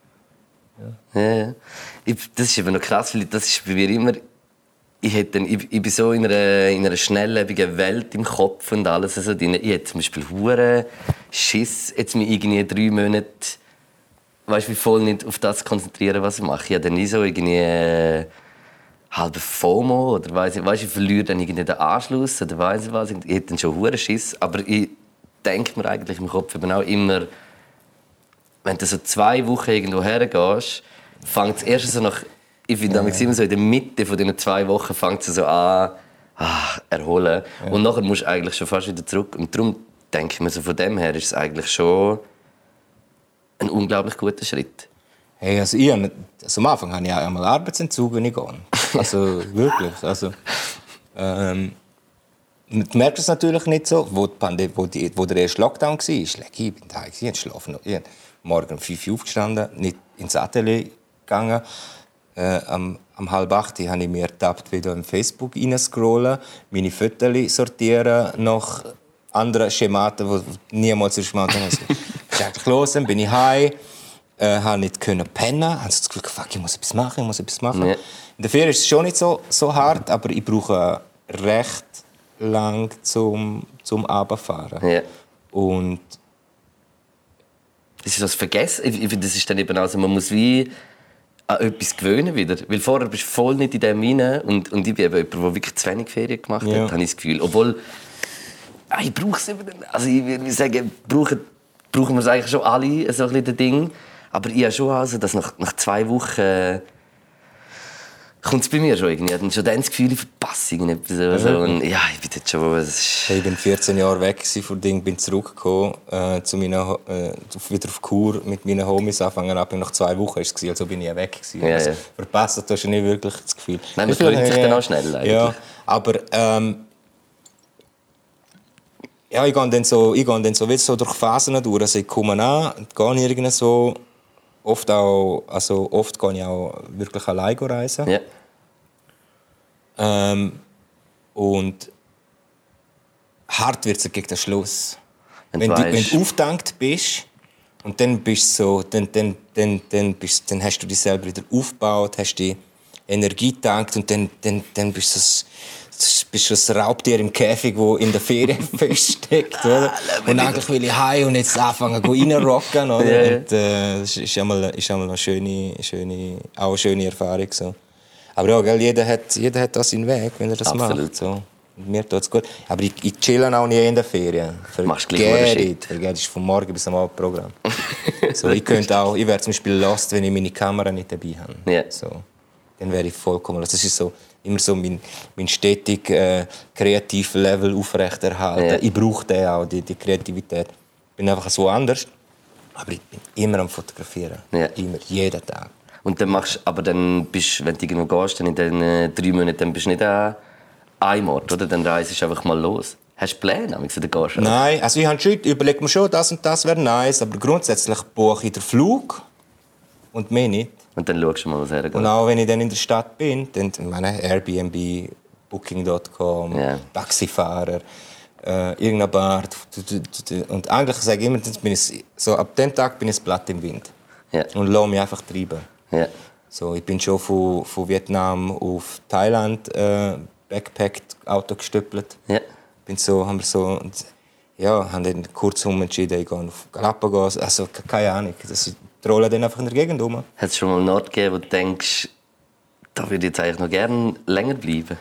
Ja. Ja, ja. Ich, das ist eben noch krass, weil das ist bei mir immer... Ich, hätte, ich, ich bin so in einer, in einer schnelllebigen Welt im Kopf und alles. Also, ich hätte zum Beispiel hure Schiss, jetzt mich irgendwie drei Monate, weißt, wie voll nicht auf das konzentrieren, was ich mache. Ich habe dann nie so irgendwie äh, halbe FOMO oder weiss ich, weißt, ich verliere dann irgendwie den Anschluss oder weiss ich was. Ich hätte dann schon hure Schiss, aber ich denke mir eigentlich im Kopf eben auch immer, wenn du so zwei Wochen irgendwo hergehst, fängt es erst so nach Ich finde, ja. immer so in der Mitte von diesen zwei Wochen fängt es so an, ah, erholen. Ja. Und nachher musst du eigentlich schon fast wieder zurück. Und darum denke ich mir, so von dem her ist es eigentlich schon ein unglaublich guter Schritt. Hey, also ich, also am Anfang hatte ich einmal Arbeitsentzug, wenn ich gehe. Also wirklich. Also, ähm, du merkst es natürlich nicht so, wo, die Pandemie, wo, die, wo der erste Lockdown war. Ich bin da, ich bin schlafen. Ich bin morgen um fünf Uhr aufgestanden, nicht ins Atelier gegangen. Äh, am, am halb acht habe ich mir ertappt, wieder in Facebook reinscrollen, meine Fotos sortieren, nach anderen Schematen, die niemals in Schematen haben. Ich bin eigentlich los, dann bin ich heim, äh, habe nicht können pennen, habe das Gefühl, fuck, ich muss etwas machen, ich muss etwas machen. Ja. In der Ferien ist es schon nicht so, so hart, aber ich brauche recht lang zum, zum Runterfahren. Ja. Und das ist das Vergessen. Ich finde, das ist dann eben also, man muss wie an etwas gewöhnen wieder. Weil vorher bist du voll nicht in dem rein. Und, und ich bin eben jemand, der wirklich zu wenig Ferien gemacht hat, ja. habe ich das Gefühl. Obwohl, ah, ich brauche es eben. Also ich würde sagen, brauchen, brauchen wir es eigentlich schon alle, so ein bisschen das Ding. Aber ich habe schon also, dass nach, nach zwei Wochen äh, kommt es bei mir schon irgendwie. Ich habe schon dann das Gefühl, ich verpasse irgendetwas. Also, und, ja, ich bin jetzt schon... Ist... Hey, ich bin vierzehn Jahre weg von Ding, bin zurückgekommen, äh, zu meiner, äh, wieder auf Kur mit meinen Homies anfangen ab. Nach zwei Wochen war es, als bin ich weg. Ja, also, ja. Verpasst hast du nicht wirklich das Gefühl. Nein, man gewöhnt sich dann auch schnell eigentlich. Ja, aber ähm, ja, ich gehe dann so, ich gehe dann so, so durch Phasen durch. Also ich komme an, gehe irgendwie so, oft auch, also oft gehe ich auch wirklich alleine reisen. Ja. Ähm, und hart wird es gegen den Schluss. Wenn, wenn, du, wenn du aufgetankt bist und dann bist so, dann, dann, dann, dann, bist, dann hast du dich selber wieder aufgebaut, hast die Energie getankt und dann, dann, dann bist du das, das, bist du das Raubtier im Käfig, das in der Ferien feststeckt. Oder? Und eigentlich will ich heim und jetzt anfangen reinrocken. Oder? Ja, ja. Und, äh, das ist einmal, ist einmal eine schöne, schöne, auch eine schöne Erfahrung. So. Aber ja, gell, jeder, hat, jeder hat da seinen Weg, wenn er das Absolut. macht. So. Mir tut's gut. Aber ich, ich chill auch nie in der Ferien. Machst du gleich Vergeht. Das ist von morgen bis am Abend Programm. So, ich könnte auch, ich wäre zum Beispiel lost, wenn ich meine Kamera nicht dabei habe. Yeah. So, dann wäre ich vollkommen lost. Das ist so, immer so mein, mein stetig äh, kreatives Level aufrechterhalten. Yeah. Ich brauche den auch, die, die Kreativität. Ich bin einfach so anders. Aber ich bin immer am Fotografieren. Yeah. Immer, jeden Tag. Und dann machst, aber dann bist, wenn du irgendwo gehst, dann in den äh, drei Monaten, dann bist du nicht an einem Ort, oder? Dann reist du einfach mal los. Hast du Pläne, oder gehst du? Nein, also ich habe schon, überlege mir schon, das und das wäre nice, aber grundsätzlich buche ich den Flug und mehr nicht. Und dann schaust du mal, was hergeht. Und auch wenn ich dann in der Stadt bin, dann meine Airbnb, Booking Punkt com, yeah. Taxifahrer, äh, irgendeine Bar. Und eigentlich sage ich immer, bin ich, so, ab dem Tag bin ich das Blatt im Wind. Yeah. Und lasse mich einfach treiben. Yeah. So, ich bin schon von, von Vietnam auf Thailand äh, Backpackt, Auto gestöppelt. Yeah. Bin so, haben wir so, ja, haben dann kurzum entschieden, ich gehe auf Galapagos. Also keine Ahnung, das ist, die rollen dann einfach in der Gegend rum. Hat es schon mal einen Ort gegeben, wo du denkst, da würde ich jetzt eigentlich noch gerne länger bleiben?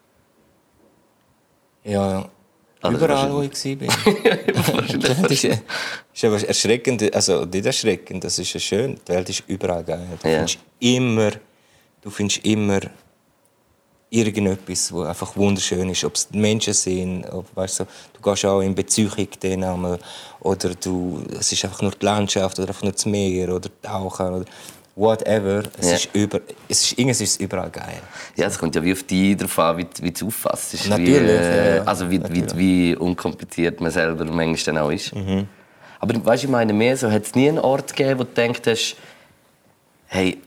Ja, also überall, wo ich war. Das ist, ist aber erschreckend, also nicht erschreckend, das ist ja schön. Die Welt ist überall geil. Du ja. findest immer, du findest immer irgendetwas, was einfach wunderschön ist. Ob es die Menschen sind, ob, weißt du, du gehst auch in Beziehung einmal, oder du, es ist einfach nur die Landschaft oder einfach nur das Meer oder Tauchen. Oder, whatever. Es, Ja. ist über, es ist irgendwas ist überall geil. Ja, es kommt ja wie auf dich drauf an, wie, wie du es auffasst. Natürlich, Wie, äh, ja, ja. Also wie, Natürlich. Wie, wie unkompliziert man selber manchmal dann auch ist. Mhm. Aber weißt du, ich meine mehr so, hat es nie einen Ort gegeben, wo du gedacht hast, hey,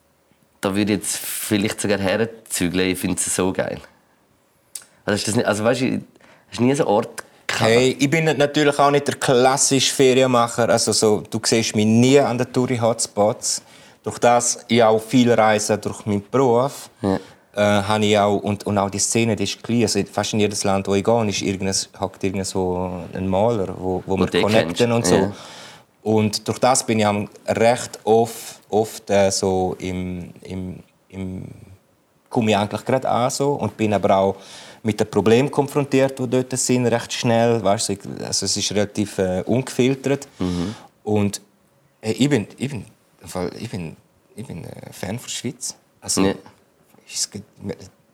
da würde ich jetzt vielleicht sogar herzügeln, ich finde es so geil. Also, ist das nicht, also weißt du, hast du nie so einen Ort gehabt? Hey, ich bin natürlich auch nicht der klassische Ferienmacher. Also so, du siehst mich nie an den Touri-Hotspots. Durch das ich auch viel reise durch meinen Beruf, Ja. äh, habe ich auch, und, und auch die Szene, die ist klein. Also fast in jedes Land, wo ich gehe, ist irgendein, hockt irgendwo ein Maler, wo, wo wir den connecten kennst. und so. Ja. Und durch das bin ich auch recht oft, oft äh, so im, im, im komme ich eigentlich gerade an so, und bin aber auch mit den Problemen konfrontiert, die dort sind, recht schnell. Weißt du, also es ist relativ äh, ungefiltert. Mhm. Und äh, ich bin, ich bin, ich bin, ich bin äh, Fan von der Schweiz. Also, Ja. es gibt, wir,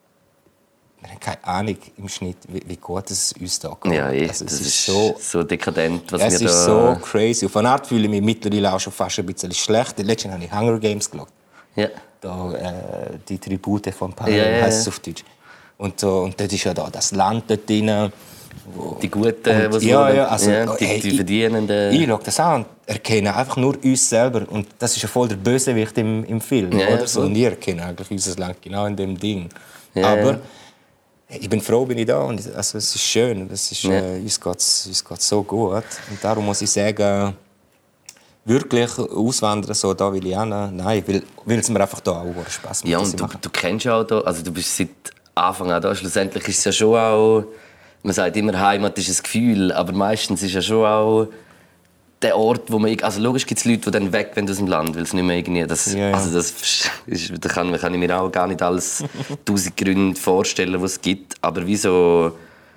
wir haben keine Ahnung im Schnitt, wie, wie gut es uns da geht. Ja, eh, also, es das ist, ist so, so dekadent, was es wir ist da... so crazy. Auf eine Art fühle ich mich mittlerweile auch schon fast ein bisschen schlecht. Letztens habe ich Hunger Games geschaut. Ja. Da, äh, die Tribute von Panem, Ja, ja, ja. heisst es auf Deutsch. Und, so, und dort ist ja da das Land dort drin. Wo, Die Guten, und, die ja, ja, also, ja, die, hey, die Verdienenden. Ich, ich schaue das an und erkenne einfach nur uns selber. Und das ist ja voll der Bösewicht im, im Film. Ja, oder? ja, So, und ich erkenne eigentlich unser Land genau in dem Ding. Ja, Aber ja. ich bin froh, bin ich da. Und also, es ist schön. Es ist, Ja. äh, uns geht es uns geht's so gut. Und darum muss ich sagen, wirklich auswandern, so, da will ich auch nicht. Nein, weil, weil es mir einfach da auch Spaß macht. Ja, was und ich du, mache. du kennst ja auch da, also du bist seit Anfang an da. Schlussendlich ist es ja schon auch, man sagt immer, Heimat ist ein Gefühl, aber meistens ist ja schon auch der Ort, wo man, also logisch gibt es Leute, die dann weg wollen aus dem Land, weil es nicht mehr irgendwie, das, Ja, ja. also das ist, da kann, kann ich mir auch gar nicht alles tausend Gründe vorstellen, die es gibt, aber wieso,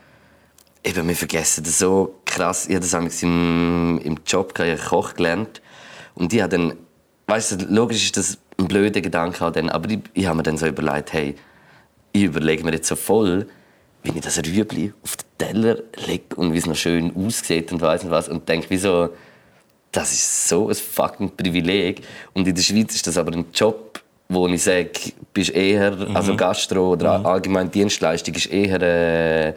eben, wir vergessen das so krass, ich habe das damals im, im Job, ich habe Koch gelernt und ich habe dann, weißt du, logisch ist das ein blöder Gedanke auch dann, aber ich, ich habe mir dann so überlegt, hey, ich überlege mir jetzt so voll, wie ich das Rüebli auf den Teller lege und wie es noch schön aussieht und weiss nicht was. Und denke, wieso, das ist so ein fucking Privileg. Und in der Schweiz ist das aber ein Job, wo ich sage, bist eher, mhm. also Gastro oder mhm. allgemein Dienstleistung ist eher äh,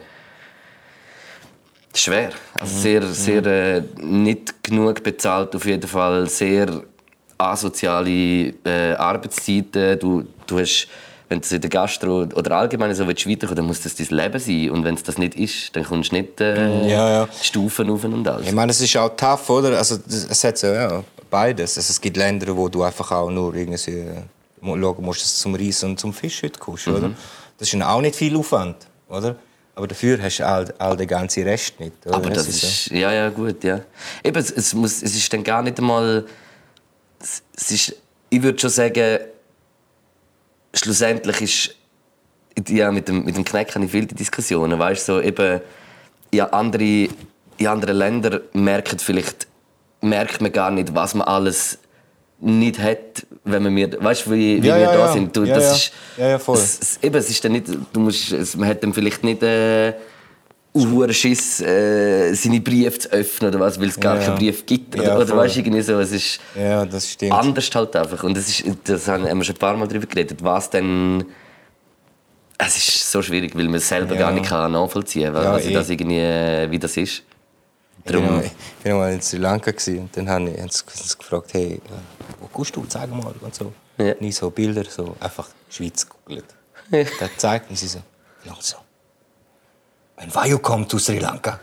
schwer. Also sehr, sehr äh, nicht genug bezahlt, auf jeden Fall sehr asoziale äh, Arbeitszeiten. Du, du hast, wenn du in der Gastro oder allgemein so weiterkommen, dann muss das dein Leben sein. Und wenn es das nicht ist, dann kommst du nicht äh, ja, ja. Stufen auf und alles. Ich meine, es ist auch tough, oder? Also, es hat so, ja, beides. Also, es gibt Länder, wo du einfach auch nur irgendwie schauen musst, dass du zum Reis und zum Fisch heute kommst, Mhm. oder? Das ist dann auch nicht viel Aufwand, oder? Aber dafür hast du all, all den ganzen Rest nicht. Oder? Aber das ist ist, ja, ja, gut, ja. Eben, es, es, muss, es ist dann gar nicht einmal, es, es ist, ich würde schon sagen, schlussendlich ist, ja, mit dem, mit dem Kneck habe ich viele Diskussionen, weißt so, eben, ja, andere, in anderen Ländern merkt vielleicht, merkt man gar nicht, was man alles nicht hat, wenn man mir, weißt du, wie, wie Ja, wir ja, da ja. sind. Du, Ja, das ja. ist, Ja, ja, voll. Es, es, eben, es ist dann nicht, du musst, es, man hat dann vielleicht nicht äh, einen Schiss, äh, seine Briefe zu öffnen oder was, weil es gar Ja, ja. keinen Brief gibt oder, Ja, oder voll. weißt du, irgendwie so. Es ist Ja, das stimmt. anders halt einfach. Und das ist, das haben wir schon ein paar Mal darüber geredet, was denn. Es ist so schwierig, weil man es selber Ja. gar nicht kann nachvollziehen kann, Ja, also eh. das irgendwie, wie das ist. Ich war ich bin mal in Sri Lanka und dann haben sie uns gefragt, hey, wo kommst du, zeig mal. Und so. Ja. Nie so Bilder, so einfach Schweiz gegoogelt. Ja. Dann zeigten sie so, genau so. Ein Vayu kommt aus Sri Lanka.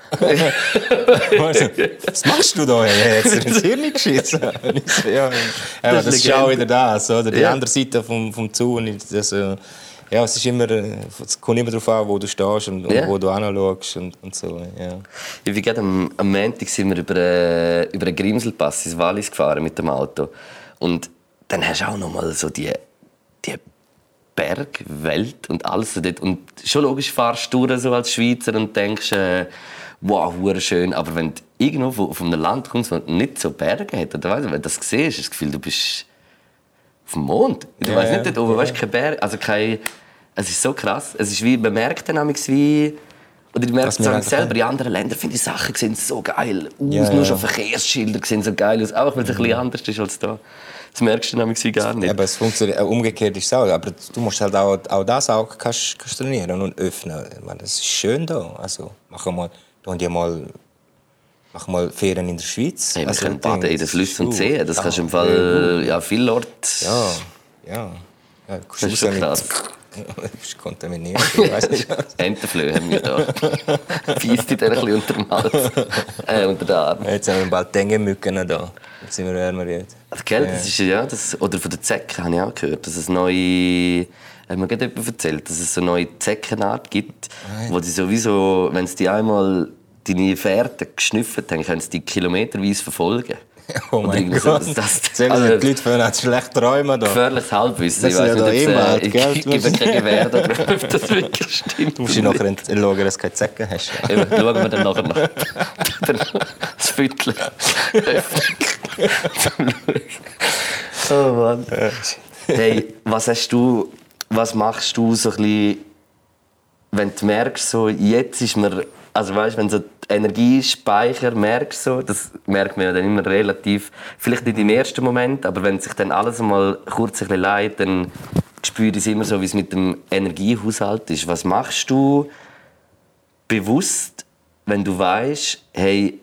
Also, was machst du da? Hey, jetzt ins Hirn geschissen. Und ich so, ja, ja, das, Das ist ist auch Legende. wieder das, oder? Die Ja. andere Seite vom, vom Zaun. Das, äh, ja, es ist immer, äh, es kommt immer darauf an, wo du stehst und, und Ja. wo du hinschaust und, und so. Ja. Ich bin gerade am, am Montag sind wir über, äh, über einen Grimselpass ins Wallis gefahren mit dem Auto. Und dann hast du auch noch mal so die, die Bergwelt und alles so dort. Und schon logisch fahrst du durch, so als Schweizer und denkst, äh, wow, hure schön. Aber wenn du irgendwo von, von einem Land kommst, das nicht so Berge hat, oder weißt du, wenn du das siehst, hast du das Gefühl, du bist auf dem Mond. Ich Ja, weiss ja, nicht, dort oben, ja. weißt, kein Berg, also kein, es ist so krass. Es ist wie, man merkt dann manchmal wie, oder ich merke Dass es wir auch einfach- selber, in anderen Ländern finde ich Sachen sehen so geil aus, Ja, nur ja. schon Verkehrsschilder sehen so geil aus, auch weil es ein bisschen anders ist als da. Das merkst du nämlich gar nicht. Aber es funktioniert, umgekehrt ist es auch. Aber du musst halt auch, auch das auch kannst, kannst trainieren und öffnen. Ich meine, das ist schön da. Also, machen wir mal, mal, machen mal Ferien in der Schweiz. Hey, wir also, können baden in den Flüssen und Seen. Das kannst du im Fall ja, viele Orte. Ja, ja. ja das ist schon krass. Du bist kontaminiert. Entenflöhe haben wir da. Feist dir ein bisschen unter dem Hals. Äh, unter den Arm. Jetzt haben wir bald Dengue-Mücken da. Jetzt sind wir wärmer jetzt. Also, gell, das ist, ja, das, oder von den Zecken habe ich auch gehört, dass es neue... Hat mir gerade jemand erzählt, dass es so eine neue Zeckenart gibt, Nein. wo die sowieso, wenn sie die einmal deine Fährte geschnüffelt haben, können sie die kilometerweise verfolgen. Oh mein Gott. So, das, das, also, die Leute fühlen schlecht träumen. Da. Gefährliches Halbwissen. Ich weiß nicht, ob es äh, alt, gell? Ich gebe kein Gewehr, ob das wirklich stimmt. Du musst dich nachher schauen, dass du keine Zecken hast. Eben, schauen wir dann nachher noch. Das Viertel. Oh Mann. Hey, was hast du, was machst du so ein bisschen, wenn du merkst, so, jetzt ist mir, also weißt, wenn so Energiespeicher merkst, so, das merkt man ja dann immer relativ, vielleicht nicht im ersten Moment, aber wenn sich dann alles einmal kurz ein bisschen leidet, dann spüre ich es immer so, wie es mit dem Energiehaushalt ist. Was machst du bewusst, wenn du weißt, hey,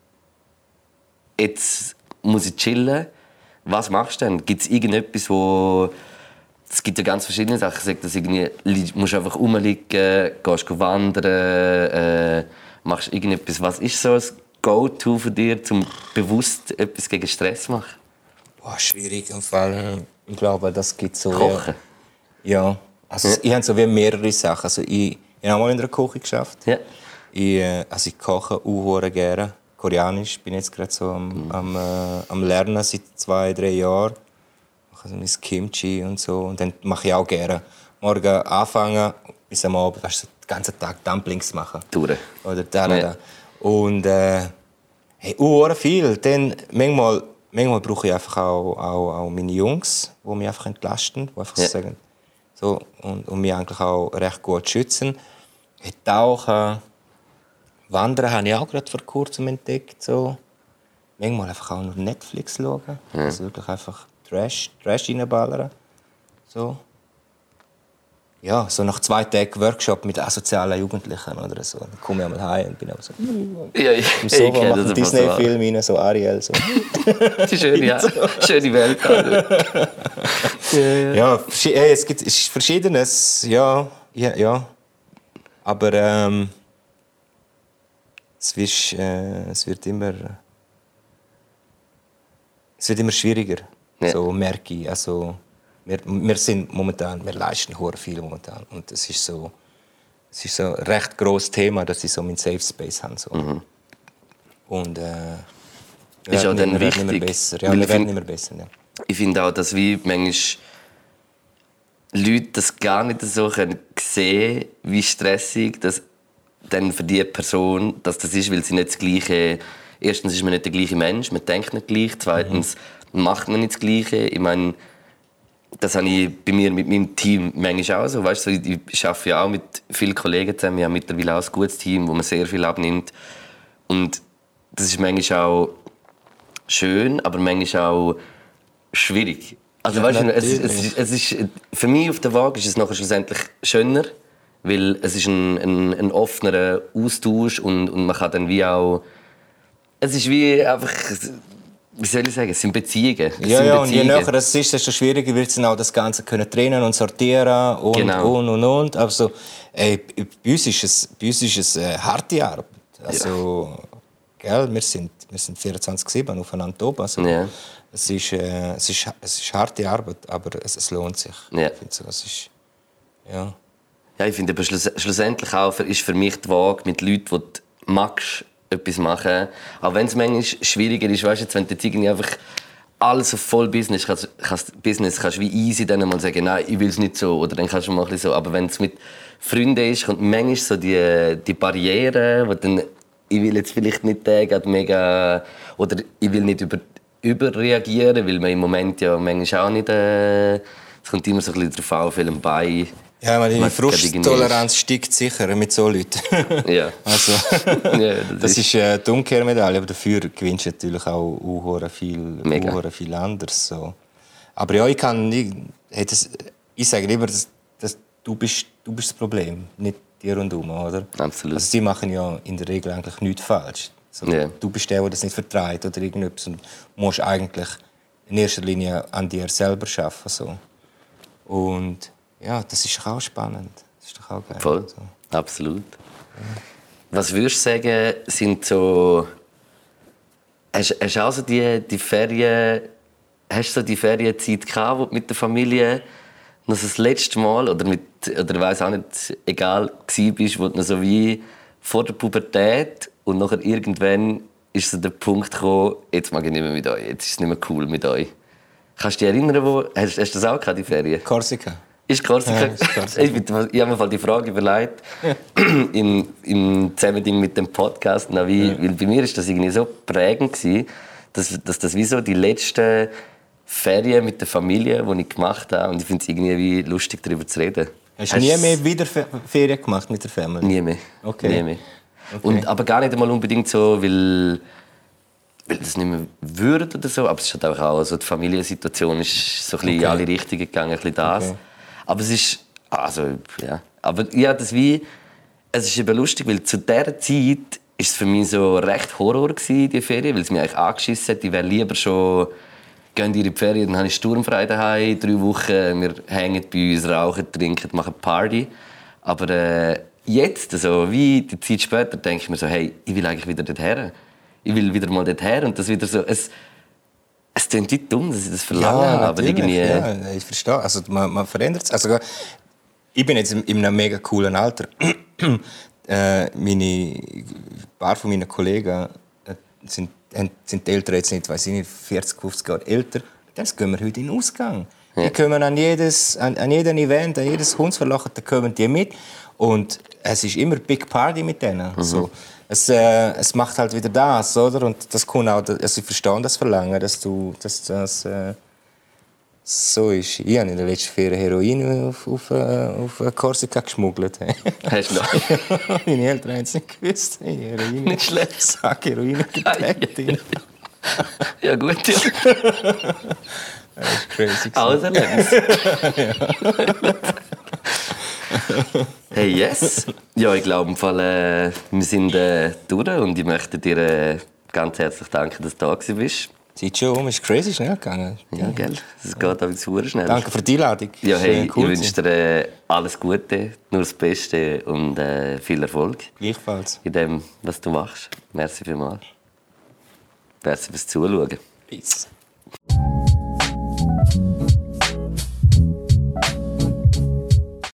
jetzt muss ich chillen? Was machst du denn? Gibt es irgendetwas, wo... Es gibt ja ganz verschiedene Sachen. Ich sage, dass irgendwie, du musst einfach rumliegen, gehst wandern, äh, machst irgendetwas. Was ist so ein Go-To für dich, um bewusst etwas gegen Stress zu machen? Boah, schwierig im Fall. Ich glaube, das gibt so... Kochen? Ja. Also, ja. Ich habe so wie mehrere Sachen. Also, ich, ich habe mal in der Küche geschafft. Ja. Ich, also ich koche auch gerne. Koreanisch bin ich jetzt gerade so am, mhm. am, äh, am Lernen seit zwei, drei Jahren. Ich mache so mein Kimchi und so. Und dann mache ich auch gerne. Morgen anfangen, bis am Abend, weißt du, den ganzen Tag Dumplings machen. Dure. Oder da, da, da. Und äh, hey, uh, viel. Dann, manchmal, manchmal brauche ich einfach auch, auch, auch meine Jungs, die mich einfach entlasten, die einfach ja. sagen, so, und, und mich eigentlich auch recht gut schützen. Hey, Tauchen, Wandern habe ich auch gerade vor kurzem entdeckt. So. Manchmal einfach auch nur Netflix schauen. Ja. Also wirklich einfach Trash, Trash reinballern. So. Ja, so nach zwei Tagen Workshop mit asozialen Jugendlichen oder so. Dann komme ich einmal heim und bin auch so... Ja, ich, im Sofa mache einen Disney-Film rein, so Ariel. So. Die schöne, ja. Schöne Welt. ja, ja. ja, es gibt Verschiedenes. Ja, ja, ja. Aber... Ähm, Es wird, äh, es wird immer, es wird immer schwieriger, ja. So merke ich. Also, wir, wir sind momentan, wir leisten hure viel momentan und es ist so, es ist so ein recht grosses Thema, dass sie so meinen Safe Space haben so. Mhm. Und äh, ist auch dann wichtig. Immer besser. Ja, wir werden immer besser. Ja. Ich finde auch, dass wie manchmal Leute das gar nicht so können sehen, wie stressig das dann für die Person, dass das ist, weil sie nicht das Gleiche... Erstens ist man nicht der gleiche Mensch, man denkt nicht gleich. Zweitens mhm. macht man nicht das Gleiche. Ich meine, das habe ich bei mir mit meinem Team manchmal auch so. Weißt du, ich arbeite ja auch mit vielen Kollegen zusammen. Ich habe mittlerweile auch ein gutes Team, wo man sehr viel abnimmt. Und das ist manchmal auch schön, aber manchmal auch schwierig. Also, ja, weißt du, es, es, es ist, für mich auf der Waage ist es nachher schlussendlich schöner, weil es ist ein, ein, ein offener Austausch und, und man kann dann wie auch... Es ist wie einfach... Wie soll ich sagen? Es sind Beziehungen. Es ja, sind ja, Beziehungen. Und je näher es ist, desto schwieriger wird es dann auch, das Ganze können trennen und sortieren und, genau. und, und, und. Also, ey, bei uns ist es, bei uns ist es äh, harte Arbeit. Also, ja. gell, wir sind, wir sind vierundzwanzig sieben aufeinander oben. Also, ja. es, ist, äh, es, ist, es ist harte Arbeit, aber es, es lohnt sich. Ja. Ich finde so, es ist, ja. Ja, ich finde, aber schluss, schlussendlich auch ist für mich die Waage mit Leuten, die du magst, etwas machen. Auch wenn es manchmal schwieriger ist, weißt du, wenn du jetzt irgendwie einfach alles auf voll Business kannst, kannst, Business kannst wie easy dann mal sagen, nein, ich will es nicht so, oder dann kannst du mal ein bisschen so. Aber wenn es mit Freunden ist, kommt manchmal so die, die Barriere, wo dann, ich will jetzt vielleicht nicht den mega, oder ich will nicht über, überreagieren, weil man im Moment ja manchmal auch nicht, äh, es kommt immer so ein bisschen darauf an, auf welchem Bein. Ja, meine die Frusttoleranz steigt sicher mit so Leuten. Ja. Also, ja, das, das ist äh, die Umkehrmedaille, aber dafür gewinnst du natürlich auch uh, viel, uh, viel anderes. So. Aber ja, ich kann nicht, hey, das, ich sage immer, dass, dass du, bist, du bist das Problem, nicht die rundherum, oder? Absolut. Also sie machen ja in der Regel eigentlich nichts falsch. So, yeah. Du bist der, der das nicht vertreibt oder irgendetwas und musst eigentlich in erster Linie an dir selber arbeiten. So. Und ja, das ist doch auch spannend. Das ist doch auch geil. Voll, so. Absolut. Ja. Was würdest du sagen, sind so... Hast, hast du also die, die Ferien... Hast du so die Ferienzeit gehabt, wo du mit der Familie noch das letzte Mal, oder mit, oder ich weiss auch nicht, egal, warst, wo du noch so wie vor der Pubertät und nachher irgendwann ist so der Punkt gekommen, jetzt mag ich nicht mehr mit euch, jetzt ist es nicht mehr cool mit euch. Kannst du dich erinnern, wo, hast, hast du das auch gehabt, die Ferien? Korsika. Ist Korsika? Ja, ist Korsika. Ich, ich habe mir die Frage überlegt, ja. im, im Zusammenhang mit dem Podcast, na, wie, ja. weil bei mir war das irgendwie so prägend gewesen, dass, dass das wie so die letzten Ferien mit der Familie, die ich gemacht habe, und ich finde es irgendwie wie lustig, darüber zu reden. Hast du nie mehr wieder Ferien gemacht mit der Familie? Nie mehr. Okay. Nie mehr. Okay. Und, aber gar nicht einmal unbedingt so, weil, weil das nicht mehr würde oder so, aber es ist halt auch so, die Familiensituation ist so ein bisschen okay. in alle Richtungen gegangen, ein bisschen das. Okay. Aber es ist, also, ja, aber ja, das wie, es ist eben lustig, weil zu dieser Zeit ist es für mich so recht Horror gewesen, die Ferien, weil es mich eigentlich angeschissen hat. Ich wäre lieber schon, gehen in die Ferien, dann habe ich sturmfrei daheim, drei Wochen, wir hängen bei uns, rauchen, trinken, machen Party. Aber äh, jetzt, also, wie die Zeit später, denke ich mir so, hey, ich will eigentlich wieder dorthin. Ich will wieder mal dorthin und das wieder so, es, es klingt nicht dumm, dass ich das verlange, ja, aber irgendwie... Ja, ich verstehe, also man, man verändert es. Also, ich bin jetzt in, in einem mega coolen Alter. äh, meine, ein paar von meinen Kollegen äh, sind sind die Eltern jetzt nicht, weiss ich nicht, vierzig, fünfzig Jahre älter, dann gehen wir heute in den Ausgang. Ja. Die kommen an jedes, an, an jedem Event, an jedes Hundsverlachen, da kommen die mit. Und es ist immer Big Party mit denen. Mhm. So. Es, äh, es macht halt wieder das, oder? Und das kann auch, also ich verstehe das Verlangen, dass du, dass das äh, so ist. Ich habe in der letzten Ferien Heroin auf, auf, auf, auf Korsika geschmuggelt. Hast du noch? Meine Eltern haben es nicht gewusst. Heroin. Nicht schlecht. Sag Heroin getaggt. Ja gut, ja. Das ist crazy. Alles Erlebnis. Hey, yes. Ja, ich glaube, im Fall, äh, wir sind äh, durch und ich möchte dir äh, ganz herzlich danken, dass du da bist. Sieht schon um, ist crazy schnell gegangen. Ja, gell? Es geht aber zu schnell. Danke für die Einladung. Ja, hey, cool, ich wünsche dir äh, alles Gute, nur das Beste und äh, viel Erfolg. Gleichfalls. In dem, was du machst. Merci vielmals. Merci fürs Zuschauen. Peace.